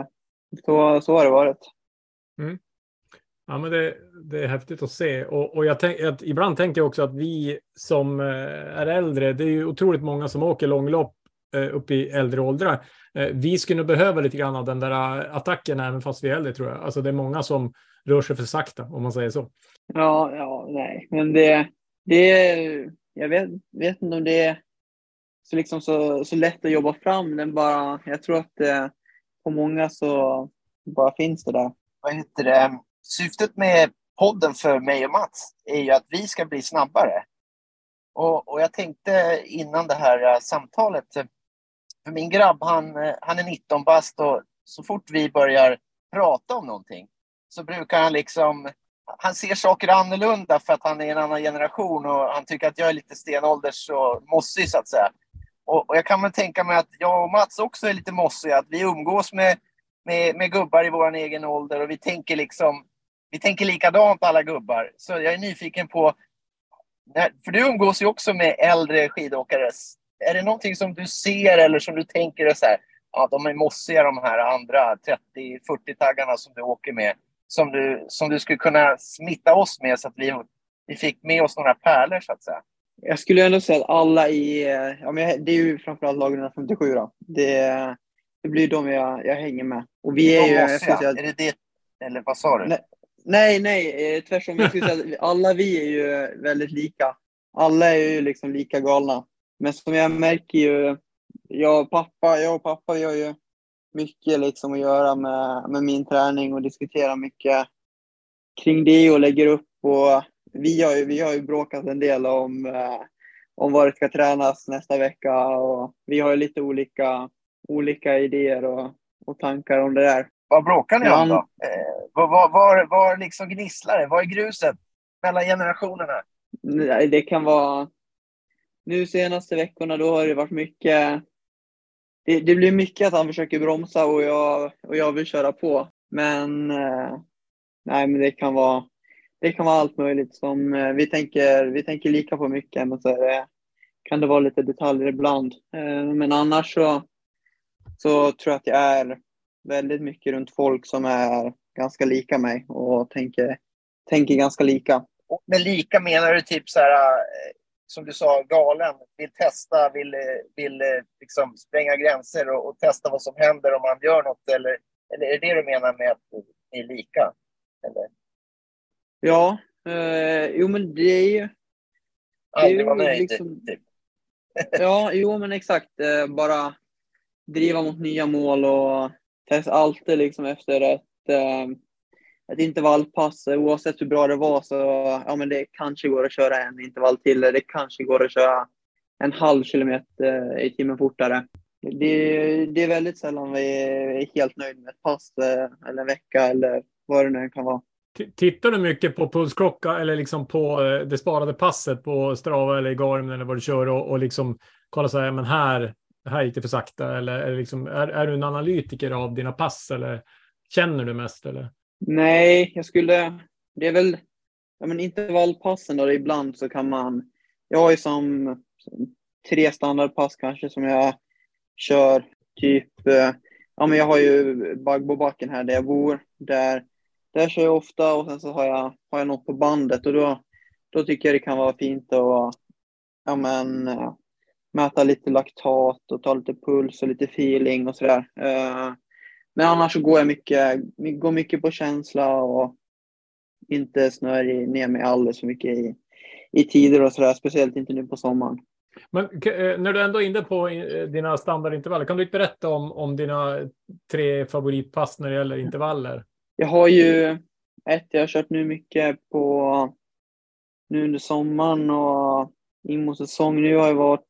så så har det varit. Mm. Ja, men det, det är häftigt att se. Och, och jag tänk, att, ibland tänker jag också att vi som är äldre, det är ju otroligt många som åker långlopp eh, upp i äldre åldrar. Eh, vi skulle behöva lite grann av den där attacken även fast vi är äldre, tror jag. Alltså det är många som rör sig för sakta, om man säger så. Ja, ja, nej. Men det, det jag vet, vet inte om det är så, liksom så, så lätt att jobba fram den bara. Jag tror att det, på många så bara finns det där. Vad heter det? Syftet med podden för mig och Mats är ju att vi ska bli snabbare. Och, och jag tänkte innan det här uh, samtalet, för min grabb, han, uh, han är nitton bast, och så fort vi börjar prata om någonting så brukar han liksom, han ser saker annorlunda för att han är en annan generation, och han tycker att jag är lite stenålders och mossig, så att säga. Och, och jag kan väl tänka mig att jag och Mats också är lite mossiga, att vi umgås med, med, med gubbar i vår egen ålder, och vi tänker liksom Vi tänker likadant alla gubbar. Så jag är nyfiken på, för du umgås ju också med äldre skidåkare. Är det någonting som du ser eller som du tänker så här, ja, de är mossiga, de här andra trettio fyrtio taggarna som du åker med, som du, som du skulle kunna smitta oss med, så att vi, vi fick med oss några pärlor, så att säga? Jag skulle ändå säga att alla i, ja, men det är ju framförallt lag etthundrafemtiosju då. Det, det blir de jag, jag hänger med. Och vi är ju, jag ska säga, är det det, eller vad sa du? Nej. Nej, nej, tvärtom. Jag skulle säga att alla vi är ju väldigt lika. Alla är ju liksom lika galna. Men som jag märker ju, jag och pappa, jag och pappa vi har ju mycket liksom att göra med, med min träning, och diskutera mycket kring det och lägger upp. Och vi har ju, vi har ju bråkat en del om, eh, om vad det ska tränas nästa vecka. Och vi har ju lite olika, olika idéer och, och tankar om det där. Vad bråkar ni om då? Eh, var, var, var, var liksom gnisslar det? Var är gruset mellan generationerna? Nej, det kan vara... Nu senaste veckorna då har det varit mycket... Det, det blir mycket att han försöker bromsa och jag, och jag vill köra på. Men... Eh, nej, men det kan vara... Det kan vara allt möjligt som... Eh, vi, tänker, vi tänker lika på mycket, men så är det, kan det vara lite detaljer ibland. Eh, men annars så... Så tror jag att jag är... väldigt mycket runt folk som är ganska lika mig och tänker, tänker ganska lika. Med lika menar du typ så här, som du sa, galen, vill testa, vill, vill liksom spränga gränser och, och testa vad som händer om man gör något, eller, eller är det det du menar med att ni är lika? Eller? Ja, eh, jo men det är ju... Aldrig vara nöjd, liksom, typ. Ja, jo men exakt, eh, bara driva mot nya mål och testa alltid liksom efter ett, eh, ett intervallpass, oavsett hur bra det var, så ja, men det kanske går att köra en intervall till, eller det kanske går att köra en halv kilometer i timmen fortare. Det, det är väldigt sällan vi är helt nöjda med ett pass eller en vecka eller vad det nu kan vara. Tittar du mycket på pulsklocka eller liksom på det sparade passet på Strava eller Garmin eller vad du kör och, och liksom kolla så här, men här, här gick det för sakta eller, eller liksom, är, är du en analytiker av dina pass eller känner du mest eller? Nej, jag skulle, det är väl, ja men intervallpassen då, ibland så kan man, jag har ju som, som tre standardpass kanske som jag kör typ, ja men jag har ju Bagbobacken här där jag bor, där Där kör jag ofta och sen så har jag, har jag något på bandet och då, då tycker jag det kan vara fint att ja, men, mäta lite laktat och ta lite puls och lite feeling och sådär. Men annars så går jag mycket, går mycket på känsla och inte snör ner mig alldeles för mycket i, i tider och sådär, speciellt inte nu på sommaren. Men när du ändå är inne på dina standardintervaller, kan du inte berätta om, om dina tre favoritpass när det gäller intervaller? Jag har ju ett, jag har kört nu mycket på nu under sommaren och in mot säsong. Nu har jag varit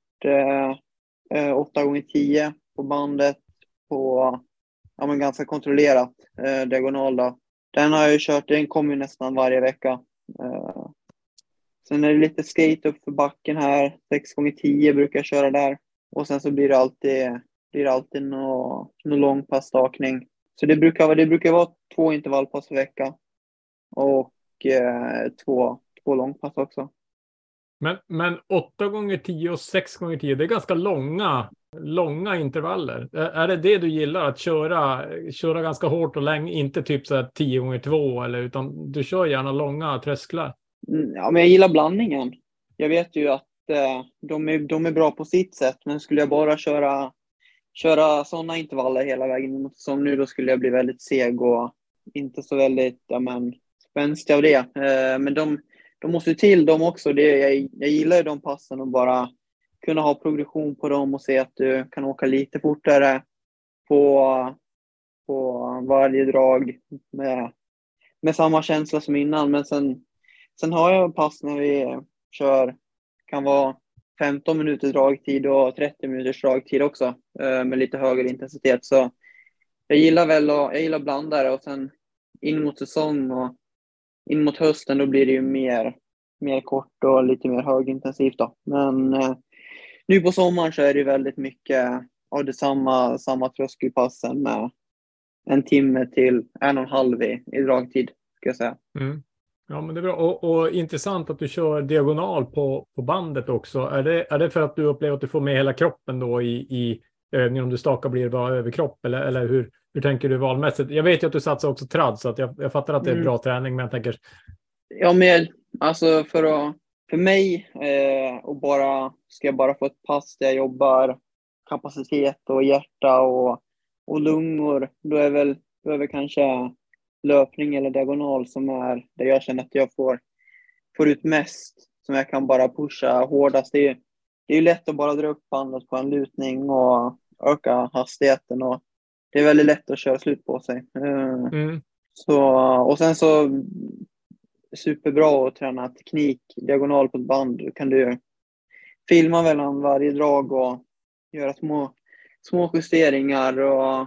eh, åtta gånger tio på bandet på ja, men ganska kontrollerat eh, diagonal då. Den har jag ju kört, den kommer ju nästan varje vecka. Eh, sen är det lite skate upp för backen här, sex gånger tio brukar jag köra där. Och sen så blir det alltid, blir det alltid någon nå lång passstakning. Så det brukar, det brukar vara två intervallpass per vecka. Och eh, två, två långpass också. Men, men åtta gånger tio och sex gånger tio, det är ganska långa, långa intervaller. Är, är det det du gillar? Att köra, köra ganska hårt och länge, inte typ så här tio gånger två, eller, utan du kör gärna långa trösklar? Ja, men jag gillar blandningen. Jag vet ju att eh, de, är, de är bra på sitt sätt. Men skulle jag bara köra, köra sådana intervaller hela vägen som nu, då skulle jag bli väldigt seg och inte så väldigt ja, men, spänstig av det. Eh, men de, de måste till dem också. Det, jag, jag gillar ju de passen och bara kunna ha progression på dem och se att du kan åka lite fortare på, på varje drag med, med samma känsla som innan. Men sen, sen har jag pass när vi kör, kan vara femton minuter dragtid och trettio minuters dragtid också med lite högre intensitet. Så jag gillar väl att, jag gillar blandare och sen in mot säsong och in mot hösten då blir det ju mer, mer kort och lite mer högintensivt då. Men eh, nu på sommaren så är det väldigt mycket av det samma, samma tröskelpassen med en timme till en och en halv i, i dragtid, ska jag säga. Mm. Ja, men det är bra. Och, och intressant att du kör diagonal på, på bandet också. Är det, är det för att du upplever att du får med hela kroppen då i, i övningen? Om du stakar blir det bara överkropp? Eller, eller hur, hur tänker du valmässigt? Jag vet ju att du satsar också tradd, så att jag, jag fattar att det är Mm. bra träning. Men jag tänker... Ja, men alltså för, att, för mig eh, och bara, ska jag bara få ett pass där jag jobbar kapacitet och hjärta och, och lungor, då är väl, då är väl kanske löpning eller diagonal som är där jag känner att jag får, får ut mest, som jag kan bara pusha hårdast. Det är, det är ju lätt att bara dra upp bandet på en lutning och öka hastigheten, och det är väldigt lätt att köra slut på sig. Eh, Mm. så, och sen så superbra att träna teknik diagonal på ett band. Då kan du filma mellan varje drag och göra små, små justeringar och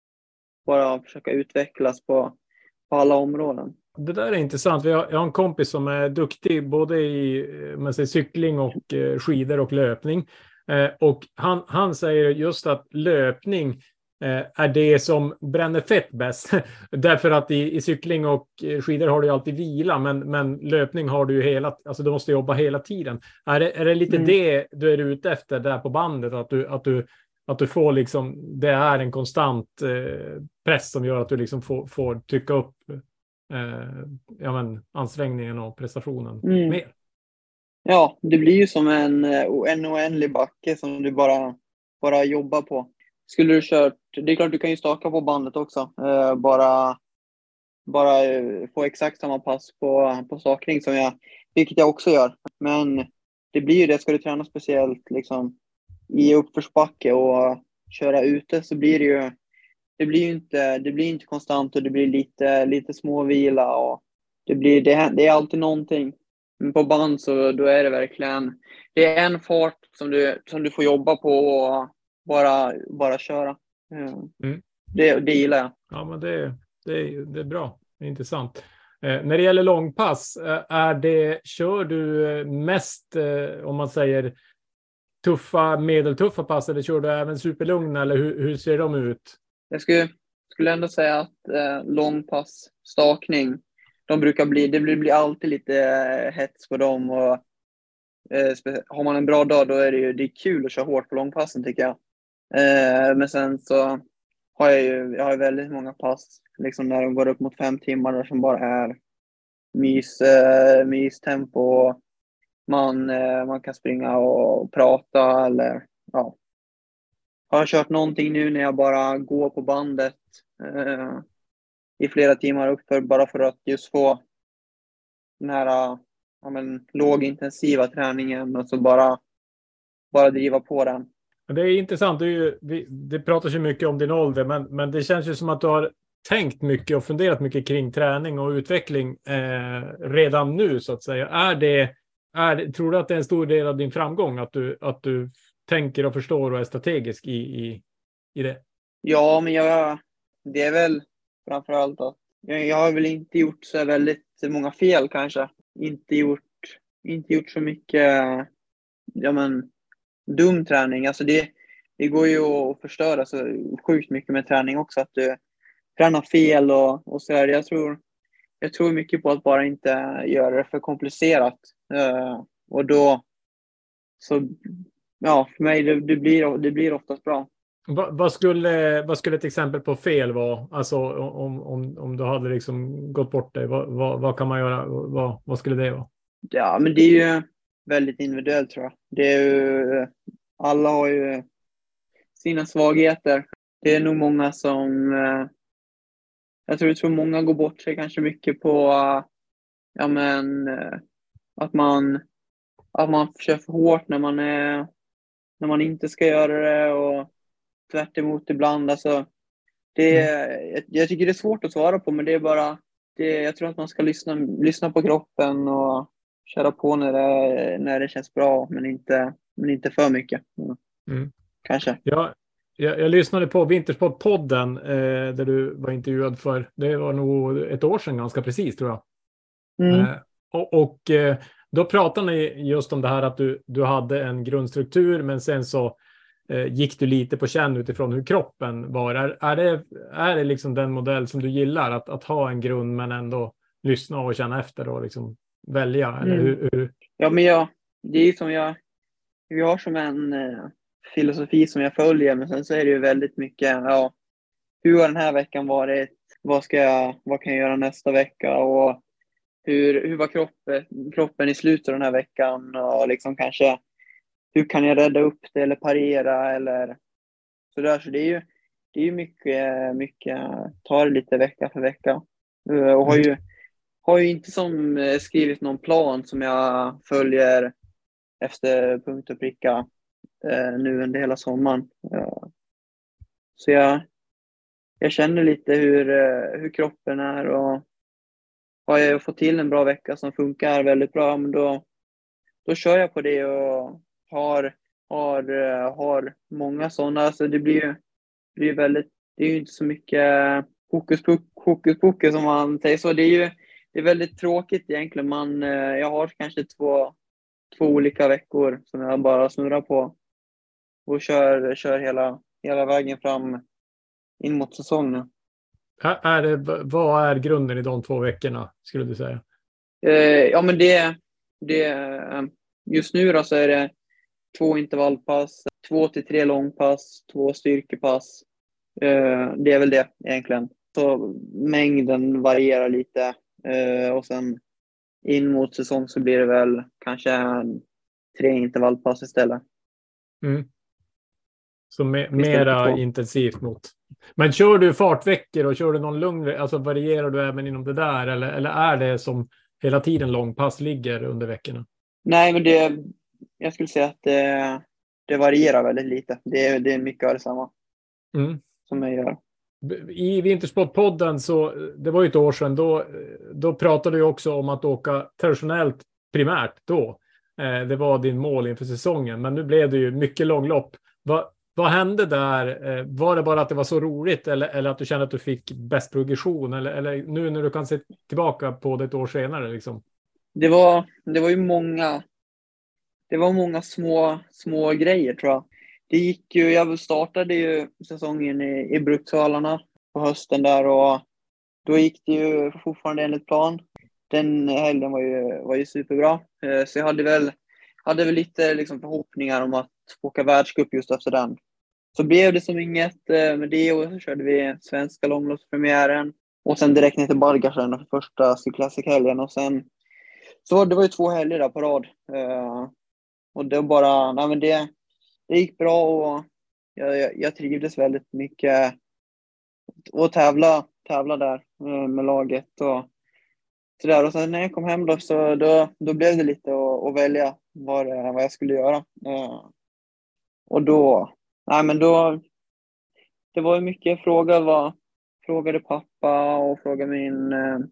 bara försöka utvecklas på, på alla områden. Det där är intressant. Jag har, jag har en kompis som är duktig både i man säger, cykling och eh, skidor och löpning. Eh, och han, han säger just att löpning eh, är det som bränner fett bäst. Därför att i, i cykling och skidor har du alltid vila, men, men löpning har du ju hela, alltså du måste jobba hela tiden. Är det, är det lite Mm. det du är ute efter där på bandet? Att du, att du, att du får liksom, det är en konstant eh, press som gör att du liksom får, får trycka upp eh, ja, men, ansträngningen och prestationen Mm. mer. Ja, det blir ju som en, en oändlig backe som du bara, bara jobbar på. Skulle du kört, det är klart du kan ju staka på bandet också. Eh, bara bara eh, få exakt samma pass på, på stakning som jag, vilket jag också gör. Men det blir ju det, ska du träna speciellt liksom i uppförsbacke och köra ute, så blir det ju det blir ju inte, det blir inte konstant och det blir lite, lite småvila och det blir, det, det är alltid någonting. Men på band så då är det verkligen, det är en fart som du, som du får jobba på och bara, bara köra. Mm. Det, det gillar jag. Ja, men det, det, det är bra. Det är intressant. Eh, när det gäller långpass, eh, är det, kör du mest, eh, om man säger, tuffa, medeltuffa pass, eller kör du även superlugna, eller hur, hur ser de ut? Jag skulle, skulle ändå säga att eh, långpass, stakning, de brukar bli, det blir, blir alltid lite eh, hets på dem. Och, eh, har man en bra dag, då är det ju det är kul att köra hårt på långpassen, tycker jag. Eh, men sen så har jag ju jag har väldigt många pass liksom när de går upp mot fem timmar där, som bara är mys, eh, mystempo. Man, eh, man kan springa och prata, eller ja. Har jag kört någonting nu när jag bara går på bandet eh, i flera timmar uppför, bara för att just få den här ja, men, lågintensiva träningen, och så bara, bara driva på den. Det är intressant. Det, är ju, det pratas ju mycket om din ålder, men, men det känns ju som att du har tänkt mycket och funderat mycket kring träning och utveckling eh, redan nu, så att säga. Är det, är, tror du att det är en stor del av din framgång, att du, att du tänker och förstår och är strategisk i, i, i det? Ja, men jag, det är väl framförallt att jag, jag har väl inte gjort så väldigt många fel kanske. Inte gjort, inte gjort så mycket ja, men, dum träning. Alltså det, det går ju att förstöra så sjukt mycket med träning också. Att du tränar fel och, och så där. Jag tror, jag tror mycket på att bara inte göra det för komplicerat. Uh, och då så ja, för mig det, det, blir, det blir oftast bra. Va, vad, skulle, vad skulle ett exempel på fel vara? Alltså om, om, om du hade liksom gått bort dig, vad, vad, vad kan man göra? Vad, vad skulle det vara? Ja, men det är ju väldigt individuellt, tror jag. Det är ju, alla har ju sina svagheter. Det är nog många som jag tror, jag tror många går bort sig kanske mycket på ja, men, att man att man kör för hårt när man är när man inte ska göra det, och tvärt emot ibland. Alltså, det är, jag, jag tycker det är svårt att svara på, men det är bara det, jag tror att man ska lyssna, lyssna på kroppen och köra på när det, när det känns bra, men inte, men inte för mycket. Mm. Kanske. Ja, jag, jag lyssnade på Vintersportpodden eh, där du var intervjuad för, det var nog ett år sedan ganska precis, tror jag. Mm. Eh, och och eh, då pratade ni just om det här att du, du hade en grundstruktur, men sen så eh, gick du lite på känn utifrån hur kroppen var. Är, är, det, är det liksom den modell som du gillar, att, att ha en grund men ändå lyssna och känna efter och liksom välja? Eller mm. hur, hur? Ja, men jag, det är ju som jag, vi har som en eh, filosofi som jag följer, men sen så är det ju väldigt mycket, ja, hur har den här veckan varit? Vad ska jag, vad kan jag göra nästa vecka? Och hur, hur var kroppen, kroppen i slutet av den här veckan? Och liksom kanske, hur kan jag rädda upp det eller parera eller så där. Så det är ju, det är ju mycket, mycket, tar det lite vecka för vecka. Och har ju, har ju inte som skrivit någon plan som jag följer efter punkt och pricka eh, nu under hela sommaren. Eh, så jag, jag känner lite hur, eh, hur kroppen är, och har jag fått till en bra vecka som funkar väldigt bra, men då, då kör jag på det och har, har, har många sådana. Alltså det blir ju blir väldigt, det är ju inte så mycket hokus pokus, pokus som man säger så. Det är ju det är väldigt tråkigt egentligen. Man, jag har kanske två, två olika veckor som jag bara snurrar på och kör, kör hela, hela vägen fram in mot säsongen. Är det, vad är grunden i de två veckorna, skulle du säga? Eh, ja, men det, det just nu då så är det två intervallpass, två till tre långpass, två styrkepass. Eh, det är väl det egentligen. Så mängden varierar lite. Eh, och sen in mot säsong så blir det väl kanske tre intervallpass istället. Mm. Så me- mera intensivt mot. Men kör du fartveckor och kör du någon lugn, alltså varierar du även inom det där, eller, eller är det som hela tiden långpass ligger under veckorna? Nej, men det, jag skulle säga att det, det varierar väldigt lite. Det, det är mycket av detsamma mm. som jag gör. I Vintersportpodden, så det var ju ett år sedan, då, då pratade du också om att åka traditionellt primärt då. Eh, det var din mål inför säsongen, men nu blev det ju mycket långlopp. Va, vad hände där? Eh, var det bara att det var så roligt eller, eller att du kände att du fick bäst progression? Eller, eller nu när du kan se tillbaka på det ett år senare liksom? Det var, det var ju många, det var många små, små grejer tror jag. Det gick ju, jag startade ju säsongen i, i Bruksvallarna på hösten där och då gick det ju fortfarande enligt plan. Den helgen var ju, var ju superbra. Så jag hade väl, hade väl lite liksom förhoppningar om att åka världscup just efter den. Så blev det som inget med det och så körde vi svenska långloppspremiären. Och sen direkt ner till Bargarsen för första Cyclassic-helgen. Och sen, så det var ju två helger där på rad. Och det var bara, nej men det, det gick bra och jag, jag, jag trivdes väldigt mycket att tävla, tävla där med laget och så där. Och sen när jag kom hem då så då, då blev det lite att, att välja vad, vad jag skulle göra. Och då, nej men då, det var ju mycket fråga vad, frågade pappa och frågade min,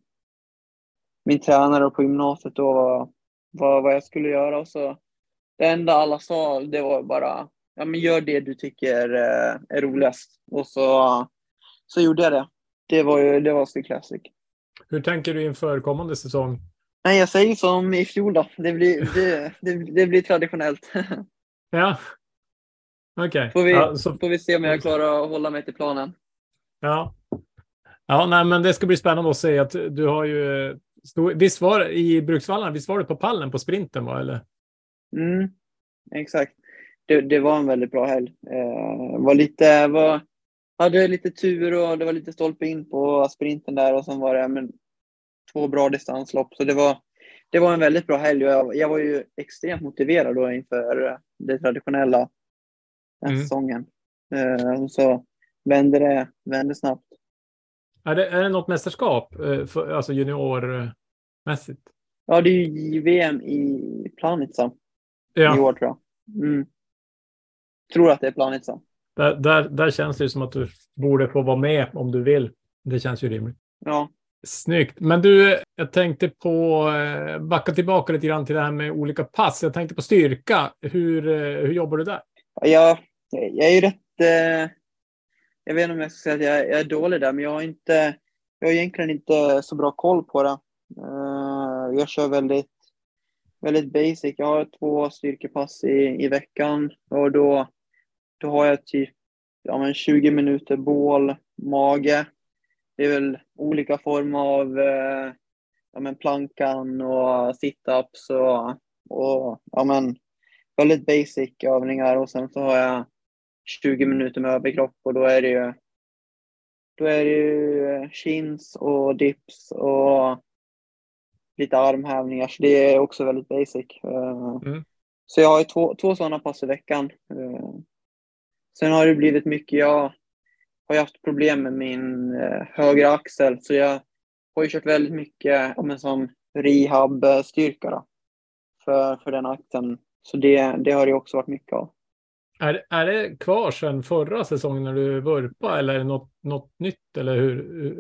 min tränare på gymnasiet då vad, vad, vad jag skulle göra. Och så det enda alla sa, det var bara, ja men gör det du tycker är, är roligast. Och så, så gjorde jag det. Det var ju, det var Cyclassic. Hur tänker du inför kommande säsong? Nej, jag säger som i fjol då. Det blir, det, det, det blir traditionellt. Ja, okej. Okay. Får vi, ja, så... får vi se om jag klarar att hålla mig till planen. Ja, ja nej, men det ska bli spännande att se att du har ju... Stod, visst var det i Bruksvallarna, visst var det på pallen på sprinten va? Eller? Mm, exakt. Det, det var en väldigt bra helg. Eh, var lite, var, hade lite tur och det var lite stolpe in på sprinten där och sen var det men, två bra distanslopp. Så det var, det var en väldigt bra helg och jag, jag var ju extremt motiverad då inför det traditionella den mm. säsongen. Eh, så vände det vände snabbt. Är det, är det något mästerskap, för, alltså juniormässigt? Ja, det är ju V M i Planica ja. I år tror jag. Mm. Tror att det är Planica. Där, där, där känns det som att du borde få vara med om du vill. Det känns ju rimligt. Ja. Snyggt. Men du, jag tänkte på, backa tillbaka lite grann till det här med olika pass. Jag tänkte på styrka. Hur, hur jobbar du där? Jag, jag är ju rätt... Eh, jag vet inte om jag ska säga att jag, jag är dålig där, men jag har inte... Jag har egentligen inte så bra koll på det. Uh, jag kör väldigt, väldigt basic. Jag har två styrkepass i, i veckan och då, då har jag typ ja, men tjugo minuter bål, mage. Det är väl olika former av uh, ja, men plankan och sit-ups och, och ja, men väldigt basic övningar och sen så har jag tjugo minuter med överkropp och då är det ju då är det ju chins och dips och lite armhävningar, så det är också väldigt basic. Mm. Så jag har ju två, två sådana pass i veckan. Sen har det blivit mycket, jag har haft problem med min högra axel, så jag har ju kört väldigt mycket men som rehab-styrka då, för, för den axeln. Så det, det har det också varit mycket av. Är, är det kvar sedan förra säsongen när du vurpade eller är det något, något nytt? Eller hur?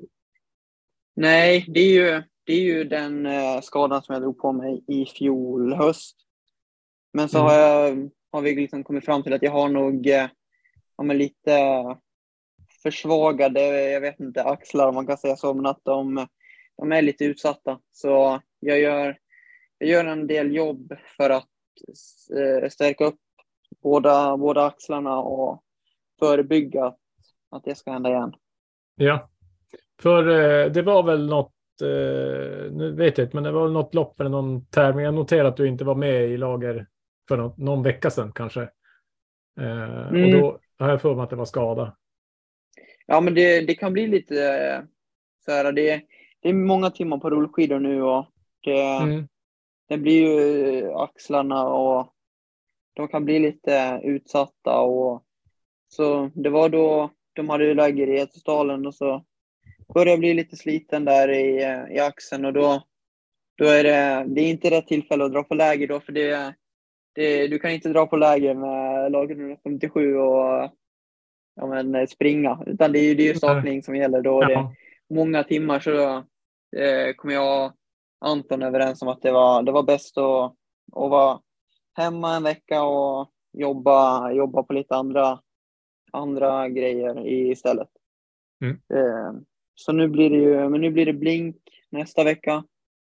Nej, det är ju, det är ju den eh, skadan som jag drog på mig i fjol höst. Men så mm. har, jag, har vi liksom kommit fram till att jag har nog eh, ja, men lite försvagade, jag vet inte, axlar om man kan säga så, men att de, de är lite utsatta. Så jag gör, jag gör en del jobb för att eh, stärka upp Båda, båda axlarna och förebygga att, att det ska hända igen. Ja, för eh, det var väl något, eh, nu vet jag inte, men det var väl något lopp eller någon tävling. Jag noterade att du inte var med i lager för något, någon vecka sedan kanske. Eh, mm. Och då har jag för mig att det var skada. Ja, men det, det kan bli lite så här, det, det är många timmar på rullskidor nu och det, mm. det blir ju axlarna och de kan bli lite utsatta och så det var då de hade läger i Etostalen och så började jag bli lite sliten där i, i axeln och då, då är det, det är inte rätt tillfälle att dra på läger då, för det, det du kan inte dra på läger med lager femtiosju och ja, men, springa, utan det är ju det är sakning som gäller då. Det är många timmar så då eh, kommer jag Anton överens om att det var, det var bäst att, att vara hemma en vecka och jobba, jobba på lite andra, andra grejer istället. Mm. Eh, så nu blir det ju, men nu blir det Blink nästa vecka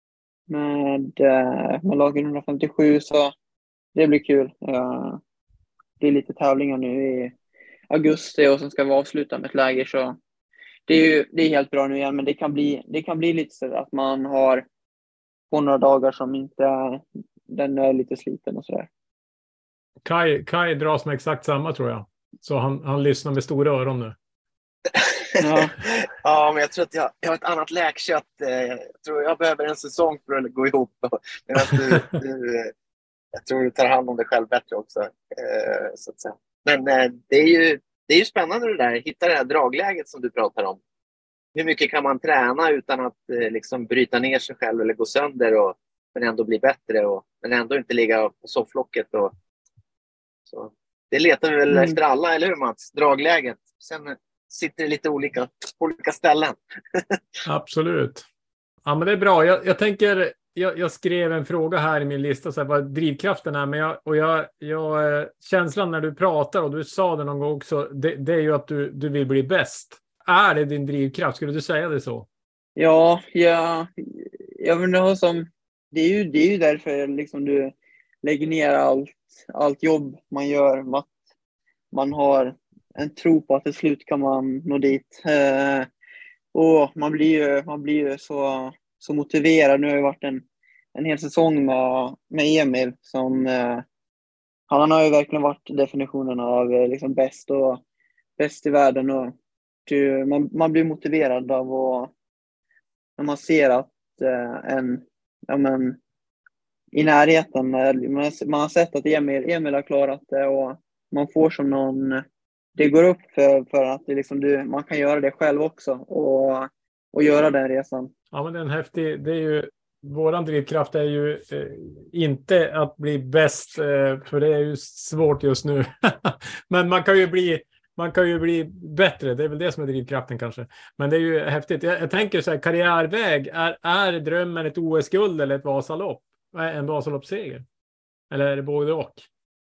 med, eh, med lag hundrafemtiosju, så det blir kul. Eh, det är lite tävlingar nu i augusti och sen ska vi avsluta med ett läger, så det är ju det är helt bra nu igen, men det kan bli, det kan bli lite så att man har på några dagar som inte den är lite sliten och sådär. Kai, Kai dras med exakt samma, tror jag. Så han, han lyssnar med stora öron nu. Ja. Ja, men jag tror att jag, jag har ett annat läkkött. Jag tror jag behöver en säsong för att gå ihop. Men att du, du, jag tror du tar hand om dig själv bättre också. Så att säga. Men det är ju, det är ju spännande det där. Hitta det här dragläget som du pratar om. Hur mycket kan man träna utan att liksom bryta ner sig själv eller gå sönder, och, men ändå bli bättre, och, men ändå inte ligga på sofflocket. Och, så. Det letar vi väl mm. efter alla, eller hur Mats? Dragläget. Sen sitter det lite olika på olika ställen. Absolut. Ja, men det är bra. Jag, jag tänker, jag, jag skrev en fråga här i min lista, så här, vad drivkraften är. Men jag, och jag, jag, känslan när du pratar, och du sa det någon gång också, det, det är ju att du, du vill bli bäst. Är det din drivkraft? Skulle du säga det så? Ja, ja jag vill ha som, det är ju, det är ju därför liksom du lägger ner allt, allt jobb man gör. Att man har en tro på att till slut kan man nå dit. Eh, och man blir ju, man blir ju så, så motiverad. Nu har det varit en, en hel säsong med, med Emil. Som, eh, han har ju verkligen varit definitionen av eh, liksom bäst, och, bäst i världen. Och, du, man, man blir motiverad av att, när man ser att eh, en, ja, men, i närheten, man, man har sett att Emil, Emil har klarat det, och man får som någon, det går upp för, för att det liksom du, man kan göra det själv också, och, och göra den resan. Ja, men det är en häftig, det är ju, våran drivkraft är ju eh, inte att bli bäst, eh, för det är ju svårt just nu. Men man kan ju bli, man kan ju bli bättre, det är väl det som är drivkraften kanske. Men det är ju häftigt. Jag, jag tänker så här, karriärväg, är, är drömmen ett O S-guld eller ett Vasalopp? En Vasaloppsseger? Eller är det både och?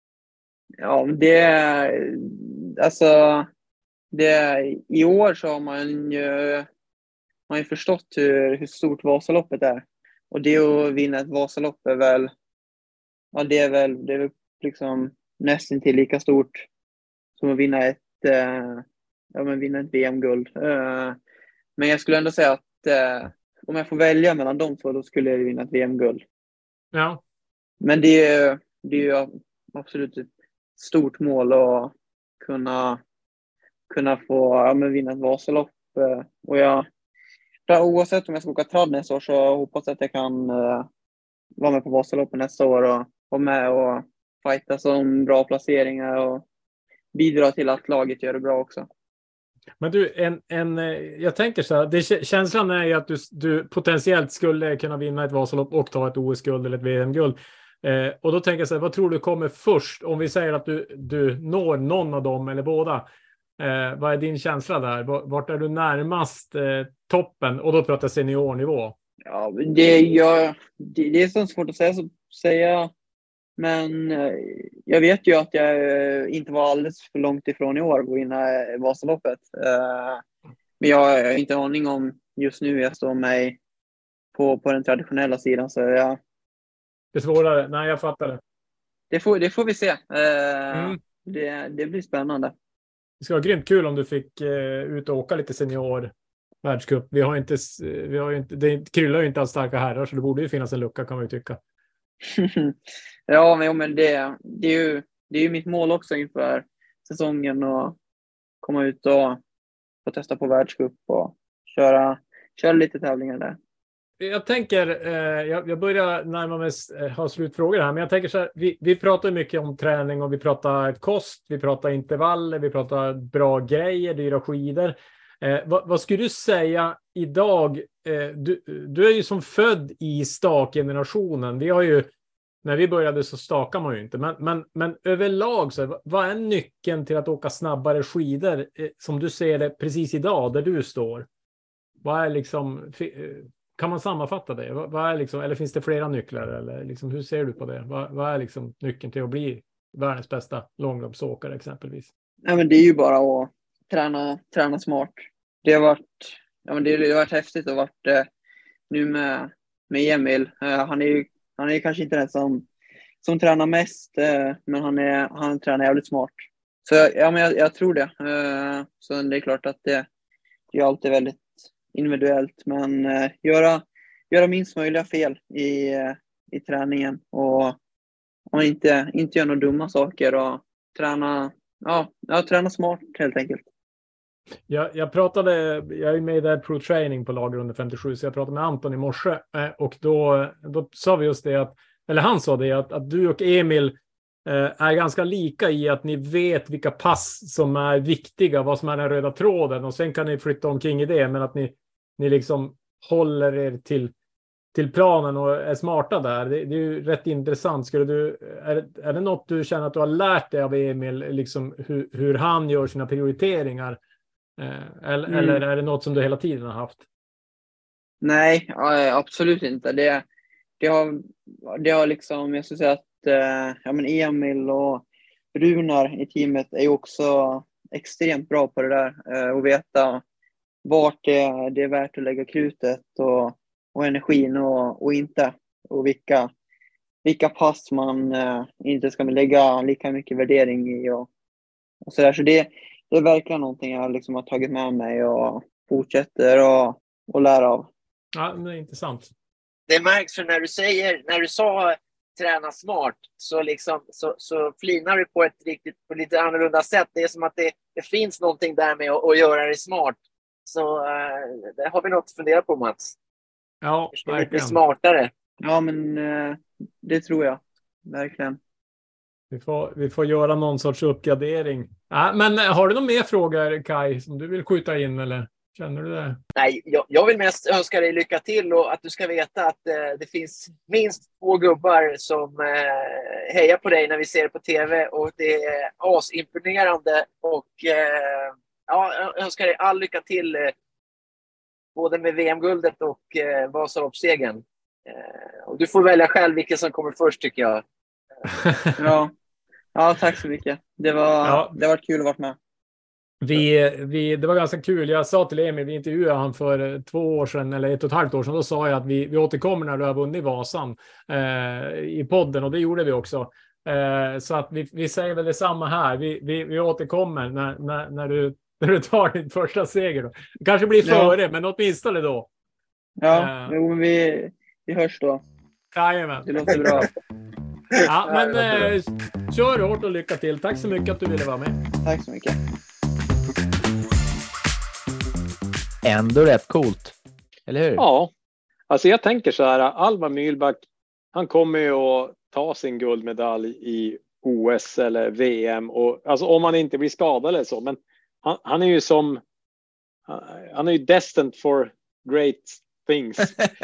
Ja, det är, alltså, det är, i år så har man ju, man har ju förstått hur, hur stort Vasaloppet är. Och det att vinna ett Vasalopp är väl, ja, det är väl, det är väl liksom nästan till lika stort som att vinna ett, eh, ja, men vinna ett V M-guld. Eh, men jag skulle ändå säga att eh, om jag får välja mellan de två, då skulle jag vinna ett V M-guld. Ja. Men det är, det är ju absolut ett stort mål att kunna, kunna få, ja, men vinna ett Vasalopp. Och jag, oavsett om jag ska åka tradd nästa år, så hoppas jag att jag kan uh, vara med på Vasaloppet nästa år och vara med och fighta som bra placeringar och bidra till att laget gör det bra också. Men du, en, en, jag tänker så här, det, känslan är ju att du, du potentiellt skulle kunna vinna ett Vasalopp och ta ett O S-guld eller ett V M-guld. Eh, och då tänker jag så här, vad tror du kommer först? Om vi säger att du, du når någon av dem eller båda. Eh, vad är din känsla där? Vart är du närmast eh, toppen? Och då pratar jag seniornivå. Ja, det, jag, det, det är så svårt att säga, så säga. Men eh, jag vet ju att jag eh, inte var alldeles för långt ifrån i år att vinna Vasaloppet. Eh, men jag har inte en aning om just nu jag står med på, på den traditionella sidan. Så jag, det är svårare. Nej, jag fattar det. Det får, det får vi se. Eh, mm. det, det blir spännande. Det ska vara grymt kul om du fick eh, ut och åka lite senior världscup. Vi har inte, vi har inte, det kryllar ju inte alls starka herrar, så det borde ju finnas en lucka, kan man ju tycka. Ja, men, men det, det, är ju, det är ju mitt mål också inför säsongen, att komma ut och få testa på världscup och köra, köra lite tävlingar där. Jag tänker, eh, jag, jag börjar närma mig eh, ha slutfrågor här, men jag tänker så här, vi, vi pratar mycket om träning och vi pratar kost, vi pratar intervaller, vi pratar bra grejer, dyra skidor. Eh, vad, vad skulle du säga idag? Eh, du, du är ju som född i stakgenerationen. Vi har ju, när vi började så stakar man ju inte, men, men, men överlag så, vad är nyckeln till att åka snabbare skidor eh, som du ser det precis idag där du står? Vad är liksom, kan man sammanfatta det? Vad, vad är liksom, eller finns det flera nycklar? Eller liksom, hur ser du på det? Vad, vad är liksom nyckeln till att bli världens bästa långloppsåkare exempelvis? Ja, men det är ju bara att träna, träna smart. Det har varit, ja, men det har varit häftigt att varit eh, nu med, med Emil. Eh, han är ju han är kanske inte den som, som tränar mest, eh, men han, är, han tränar jävligt smart. Så ja, men jag, jag tror det. Eh, så det är klart att det, det är alltid väldigt individuellt, men eh, göra, göra minst möjliga fel i, eh, i träningen och, och inte, inte göra några dumma saker och träna, ja, ja, träna smart helt enkelt. Jag, jag pratade, jag är med i där Pro Training på lager under femtiosju, så jag pratade med Anton i morse eh, och då, då sa vi just det att, eller han sa det att, att du och Emil eh, är ganska lika i att ni vet vilka pass som är viktiga, vad som är den röda tråden, och sen kan ni flytta omkring i det, men att ni, ni liksom håller er till, till planen och är smarta där. Det, det är ju rätt intressant. Skulle du, är, är det något du känner att du har lärt dig av Emil, liksom hur, hur han gör sina prioriteringar? Eller, mm. eller är det något som du hela tiden har haft? Nej, absolut inte. Det, det, har, det har liksom, jag skulle säga att ja, men Emil och Runar i teamet är också extremt bra på det där. Och veta vart det, det är värt att lägga krutet och, och energin och, och inte. Och vilka, vilka pass man inte ska lägga lika mycket värdering i. Och, och så där. Så det Det är verkligen någonting jag liksom har tagit med mig och fortsätter och, och lära av. Ja, det är intressant. Det märks, för när du säger, när du sa träna smart, så liksom så, så flinar du på ett riktigt, på lite annorlunda sätt. Det är som att det, det finns någonting där med att, att göra det smart. Så uh, det har vi något att fundera på, Mats. Ja, det är lite smartare. Ja, men uh, det tror jag. Verkligen. Vi får, vi får göra någon sorts uppgradering. Ja, men har du någon mer frågor, Kai, som du vill skjuta in, eller känner du det? Nej, jag, jag vill mest önska dig lycka till och att du ska veta att eh, det finns minst två gubbar som eh, hejar på dig när vi ser det på tv, och det är asimponerande, och eh, ja, jag önskar dig all lycka till eh, både med V M-guldet och eh, Vasaloppssegern. Eh, och du får välja själv vilken som kommer först, tycker jag. Ja. Ja, tack så mycket. Det var, ja. det var kul att vara med. Vi, vi, det var ganska kul. Jag sa till Emil, vi intervjuade han för två år sedan, eller ett och ett halvt år sedan. Då sa jag att vi, vi återkommer när du har vunnit Vasan eh, i podden, och det gjorde vi också. Eh, så att vi, vi säger väl detsamma här. Vi, vi, vi återkommer när, när, när, du, när du tar din första seger. Då. Det kanske blir före, ja. Men åtminstone då. Ja, eh. jo, vi, vi hörs då. Jajamän. Det låter bra. Ja, men eh, kör hårt och lycka till. Tack så mycket att du ville vara med. Tack så mycket. Ändå rätt coolt, eller hur? Ja, alltså jag tänker så här, Alva Mühlback, han kommer ju att ta sin guldmedalj i O S eller V M, och alltså om han inte blir skadad eller så, men han, han är ju som han är ju destined for great things.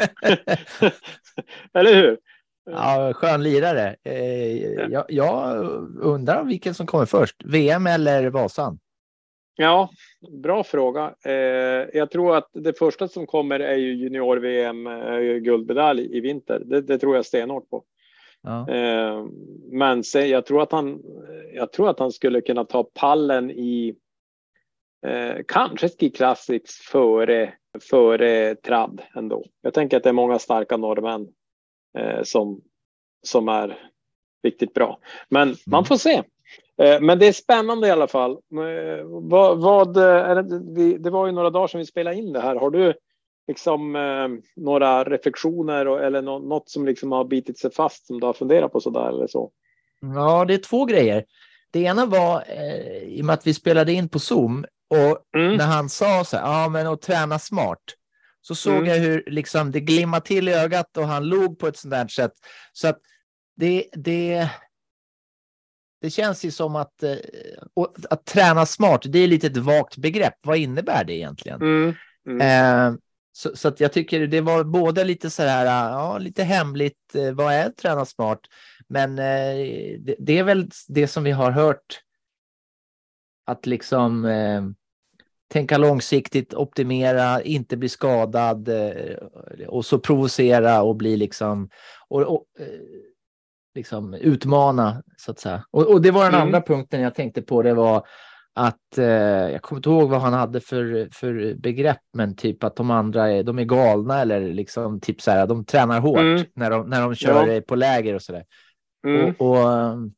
Eller hur? Ja, skön lirare. Eh, ja. jag, jag undrar vilken som kommer först, V M eller Vasan? Ja, bra fråga. Eh, jag tror att det första som kommer är ju junior-V M eh, guldmedalj i vinter. Det, det tror jag stenhårt på. Ja. Eh, men sen, jag tror att han jag tror att han skulle kunna ta pallen i eh, kanske Ski Classics före, före tradd ändå. Jag tänker att det är många starka norrmän eh, som, som är riktigt bra. Men mm. man får se. Men det är spännande i alla fall. Vad, vad är det, det var ju några dagar sedan vi spelade in det här. Har du liksom eh, några reflektioner och, eller no, något som liksom har bitit sig fast som du har funderat på sådär eller så? Ja, det är två grejer. Det ena var eh, i och med att vi spelade in på Zoom, och mm. när han sa så här, ja men att träna smart, så såg mm. jag hur liksom det glimmade till i ögat och han log på ett sånt där sätt. Så att det det Det känns ju som att, att, att träna smart, det är lite ett vagt begrepp. Vad innebär det egentligen? Mm, mm. Eh, så, så att jag tycker det var både lite så här, ja, lite hemligt, eh, vad är träna smart? Men eh, det, det är väl det som vi har hört, att liksom eh, tänka långsiktigt, optimera, inte bli skadad eh, och så provocera och bli liksom, och, och, eh, liksom utmana så att säga. Och, och det var den Mm. andra punkten jag tänkte på, det var att eh, jag kommer inte ihåg vad han hade för, för begrepp, men typ att de andra är, de är galna eller liksom typ så här, de tränar hårt Mm. när, de, när de kör Ja. på läger och sådär. Mm. Och, och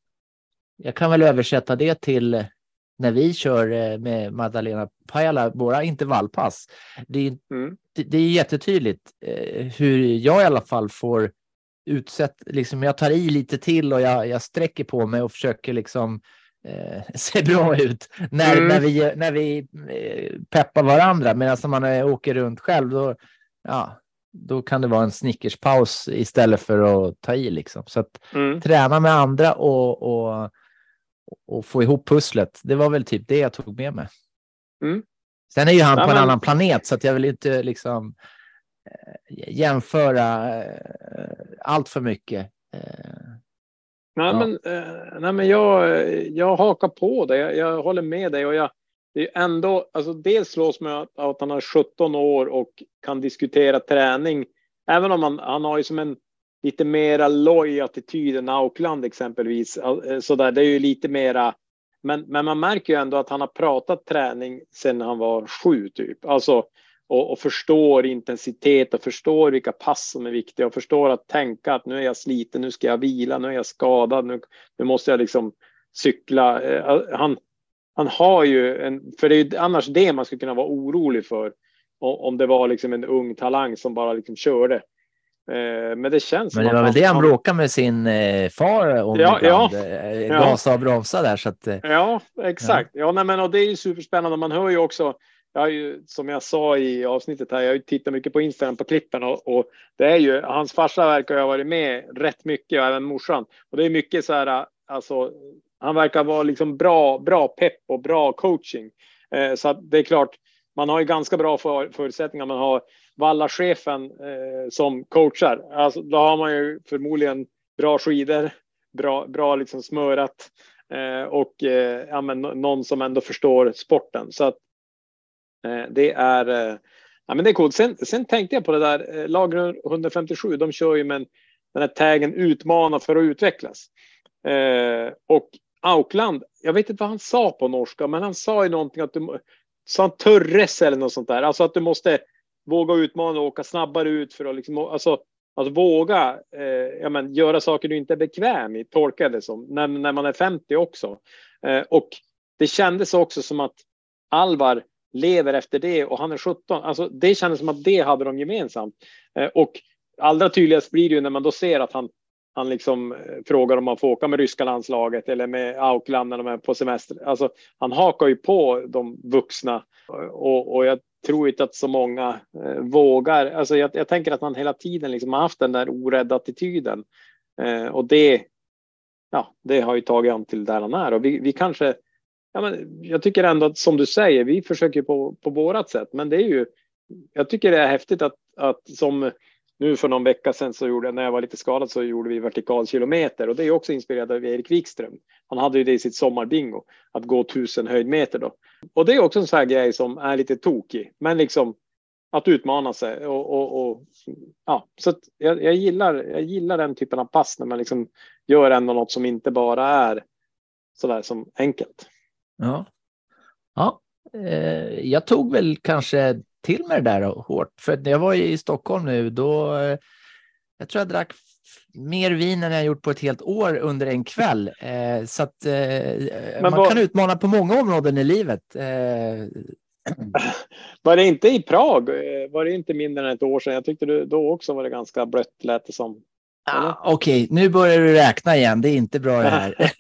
jag kan väl översätta det till när vi kör med Magdalena Pajala, våra intervallpass. Det är, Mm. det, det är jättetydligt eh, hur jag i alla fall får utsätt, liksom jag tar i lite till och jag, jag sträcker på mig och försöker liksom eh, se bra ut när, Mm. när vi, när vi eh, peppar varandra, medan när man eh, åker runt själv då, ja, då kan det vara en snickerspaus istället för att ta i liksom. Så att Mm. träna med andra och, och, och få ihop pusslet, det var väl typ det jag tog med mig. Mm. Sen är ju han Ja, på en men... annan planet, så att jag vill inte liksom eh, jämföra eh, allt för mycket. Eh, Nej, ja. men, eh, nej, men jag, jag hakar på det. Jag, jag håller med dig. Och jag, det är ändå, alltså dels slås med att, att han har sjutton år och kan diskutera träning. Även om han, han har ju som en lite mera loj attityd än Aukland exempelvis. Så där, det är ju lite mera. Men, men man märker ju ändå att han har pratat träning sedan han var sju typ. Alltså, och, och förstår intensitet och förstår vilka pass som är viktiga och förstår att tänka att nu är jag sliten, nu ska jag vila, nu är jag skadad, nu, nu måste jag liksom cykla. Han, han har ju en, för det är ju annars det man skulle kunna vara orolig för om det var liksom en ung talang som bara liksom körde. Men det känns Men som det var att väl han, det han bråkade med sin eh, far om Ja, ibland. ja. Eh, Ja. Gasa och bromsa där. Så att, eh, Ja, exakt. Ja, nej, men och det är ju superspännande. Man hör ju också, jag har ju, som jag sa i avsnittet här, jag har ju tittat mycket på Instagram på klippen och, och det är ju, hans farsa verkar ha varit med rätt mycket och även morsan. Och det är mycket så här, alltså, han verkar vara liksom bra, bra pepp och bra coaching. Eh, så att det är klart, man har ju ganska bra för, förutsättningar. Man har Valla-chefen eh, som coachar. Alltså, då har man ju förmodligen bra skidor, bra, bra liksom smörat. Eh, och eh, ja, men någon som ändå förstår sporten. Så att eh, det är eh, ja, men det är coolt. Sen, sen tänkte jag på det där eh, lag hundrafemtiosju, de kör ju med den här taggen utmana för att utvecklas. Eh, och Aukland, jag vet inte vad han sa på norska, men han sa ju någonting att du sa han törres eller något sånt där. Alltså att du måste våga utmana och åka snabbare ut för att liksom, alltså att våga eh, ja, men, göra saker du inte är bekväm i, tolkar det som, när, när man är femtio också. Eh, och det kändes också som att Alvar lever efter det och han är sjutton. Alltså det kändes som att det hade de gemensamt. Eh, och allra tydligast blir det ju när man då ser att han, han liksom eh, frågar om man får åka med ryska landslaget eller med Aukland när de är på semester. Alltså han hakar ju på de vuxna och, och jag tror inte att så många eh, vågar. Alltså jag, jag tänker att man hela tiden liksom har haft den där orädda attityden. Eh, och det, ja, det har ju tagit an till där han är. Och vi, vi kanske, ja, men jag tycker ändå att som du säger, vi försöker på, på vårat sätt. Men det är ju, jag tycker det är häftigt att, att som nu för någon vecka sedan så gjorde, när jag var lite skadad så gjorde vi vertikalkilometer. Och det är också inspirerat av Erik Wikström. Han hade ju det i sitt sommarbingo, att gå tusen höjdmeter då. Och det är också en sån här grej som är lite tokig. Men liksom att utmana sig. Och, och, och, ja, så att jag, jag, gillar, jag gillar den typen av pass när man liksom gör ändå något som inte bara är sådär som enkelt. ja. Ja. Eh, jag tog väl kanske till mig det där hårt. För när jag var i Stockholm nu, då eh, jag tror jag drack mer vin än jag gjort på ett helt år under en kväll. Eh, så att eh, man vad... kan utmana på många områden i livet. Eh... Var det inte i Prag? Var det inte mindre än ett år sedan? Jag tyckte du, då också var det ganska blött, lät det som. Ah, Okej, okay. Nu börjar du räkna igen. Det är inte bra det här.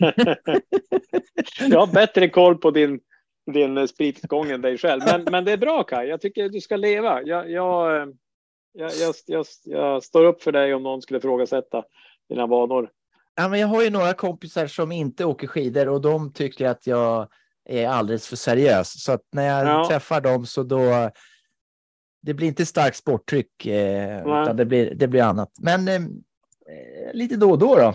Jag har bättre koll på din, din spritgång än dig själv. Men, men det är bra, Kaj. Jag tycker du ska leva. Jag, jag, jag, jag, jag, jag står upp för dig om någon skulle frågasätta dina vanor. Ja, men jag har ju några kompisar som inte åker skidor och de tycker att jag är alldeles för seriös. Så att när jag ja. träffar dem så då det blir inte starkt sporttryck eh, utan det blir, det blir annat. Men eh, lite då och då då.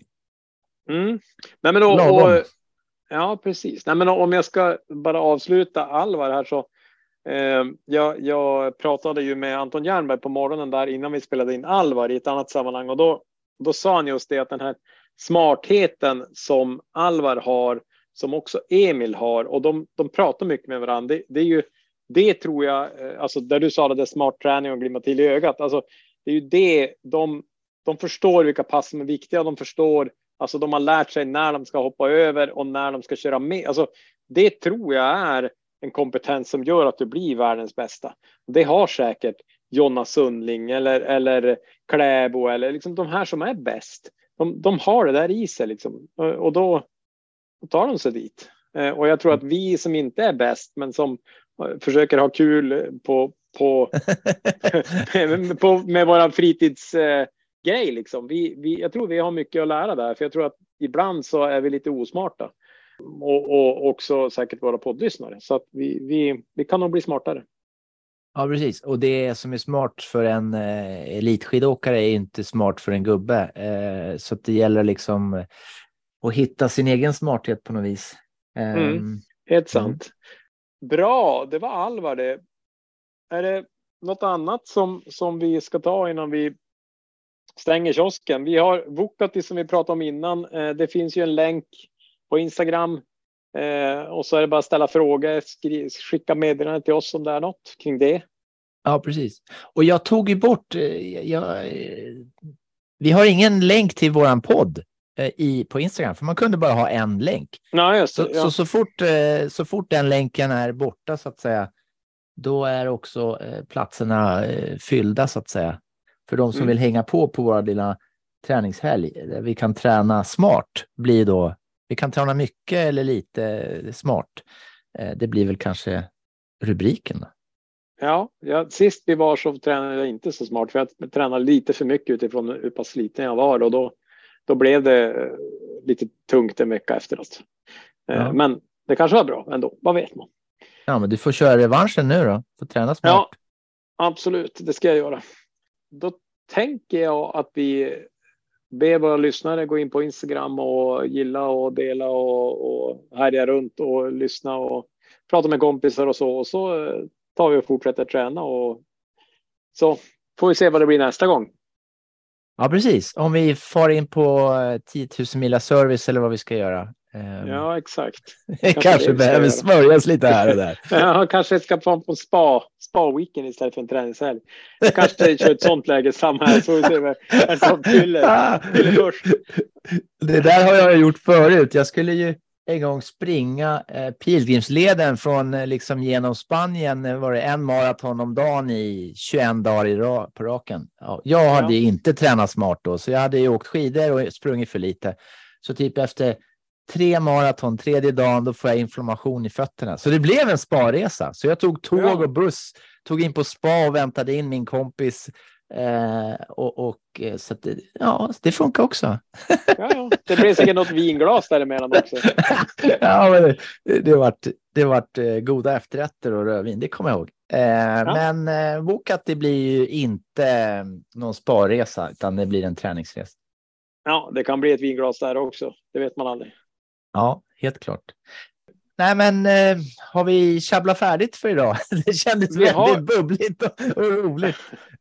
Mm. Nej, men då och, ja, precis. Nej, men om jag ska bara avsluta Alvar här så Eh, jag, jag pratade ju med Anton Jernberg på morgonen där innan vi spelade in Alvar i ett annat sammanhang. Och då, då sa han just det, att den här smartheten som Alvar har, som också Emil har, och de, de pratar mycket med varandra. Det, det är ju, det tror jag, alltså där du sa det, smart träning och glimma till i ögat. Alltså det är ju det, de, de förstår vilka pass som är viktiga. De förstår, alltså de har lärt sig när de ska hoppa över och när de ska köra med. Alltså det tror jag är en kompetens som gör att du blir världens bästa. Det har säkert Jonna Sundling eller, eller Kläbo eller liksom de här som är bäst. De, de har det där i sig liksom. Och då, då tar de sig dit. Och jag tror att vi som inte är bäst men som försöker ha kul på, på, på med våra fritidsgrej liksom. Vi, vi, jag tror vi har mycket att lära där. För jag tror att ibland så är vi lite osmarta. Och, och också säkert våra poddlyssnare. Så att vi, vi, vi kan nog bli smartare. Ja, precis. Och det som är smart för en eh, elitskidåkare är inte smart för en gubbe. Eh, så att det gäller liksom att hitta sin egen smarthet på något vis. Eh, mm, helt sant. Mm. Bra, det var Alvar det. Är det något annat som, som vi ska ta innan vi stänger kiosken? Vi har Vuokatti som vi pratade om innan. Eh, det finns ju en länk på Instagram. Eh, och så är det bara att ställa frågor, skri- skicka meddelanden till oss om det är något kring det. Ja, precis. Och jag tog ju bort, eh, jag, eh, vi har ingen länk till våran podd eh, i, på Instagram, för man kunde bara ha en länk. Ja, just det, så, ja. så, så, fort, eh, så fort den länken är borta så att säga, då är också eh, platserna eh, fyllda så att säga. För de som mm. vill hänga på på våra lilla träningshelg, där vi kan träna smart, blir då vi kan träna mycket eller lite smart. Det blir väl kanske rubriken då. Ja, ja, sist vi var så tränade jag inte så smart. För jag tränade lite för mycket utifrån hur pass liten jag var. Och då, då blev det lite tungt en vecka efteråt. Ja. Men det kanske var bra ändå. Vad vet man? Ja, men du får köra revanschen nu då. Får träna smart. Ja, absolut. Det ska jag göra. Då tänker jag att vi... be våra lyssnare gå in på Instagram och gilla och dela och, och härja runt och lyssna och prata med kompisar och så. Och så tar vi och fortsätter träna och så får vi se vad det blir nästa gång. Ja, precis. Om vi far in på tio tusen mila service eller vad vi ska göra. Ja, exakt. kanske kanske behöver smörjas lite här och där. Ja, kanske ska få på spa, spa-weekend istället för en träningshelg. Jag kanske kör ett sånt läge samma här, så vi ser vad en sån fyller, fyller först. Det där har jag gjort förut. Jag skulle ju en gång springa eh, pilgrimsleden från eh, liksom genom Spanien. Var det en maraton om dagen i tjugoen dagar i ra- på raken. Ja, jag hade ja. inte tränat smart då, så jag hade ju åkt skidor och sprungit för lite. Så typ efter tre maraton, tredje dagen, då får jag inflammation i fötterna. Så det blev en sparresa. Så jag tog tåg ja. och buss, tog in på spa och väntade in min kompis. Eh, och, och så att det, ja, det funkar också. Ja, ja. Det blev säkert något vinglas däremellan också. Ja, men det, det vart det vart goda efterrätter och rödvin, det kommer jag ihåg. Eh, ja. Men eh, Vuokatti blir ju inte någon sparresa, utan det blir en träningsresa. Ja, det kan bli ett vinglas där också. Det vet man aldrig. Ja, helt klart. Nej, men eh, har vi tjabblat färdigt för idag? Det kändes vi väldigt har... bubbligt och, och roligt.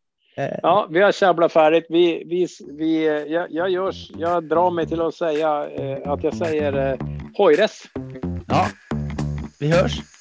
Ja, vi har tjabblat färdigt. Vi, vi, vi, jag, jag, görs, jag drar mig till att säga eh, att jag säger eh, hojres. Ja, vi hörs.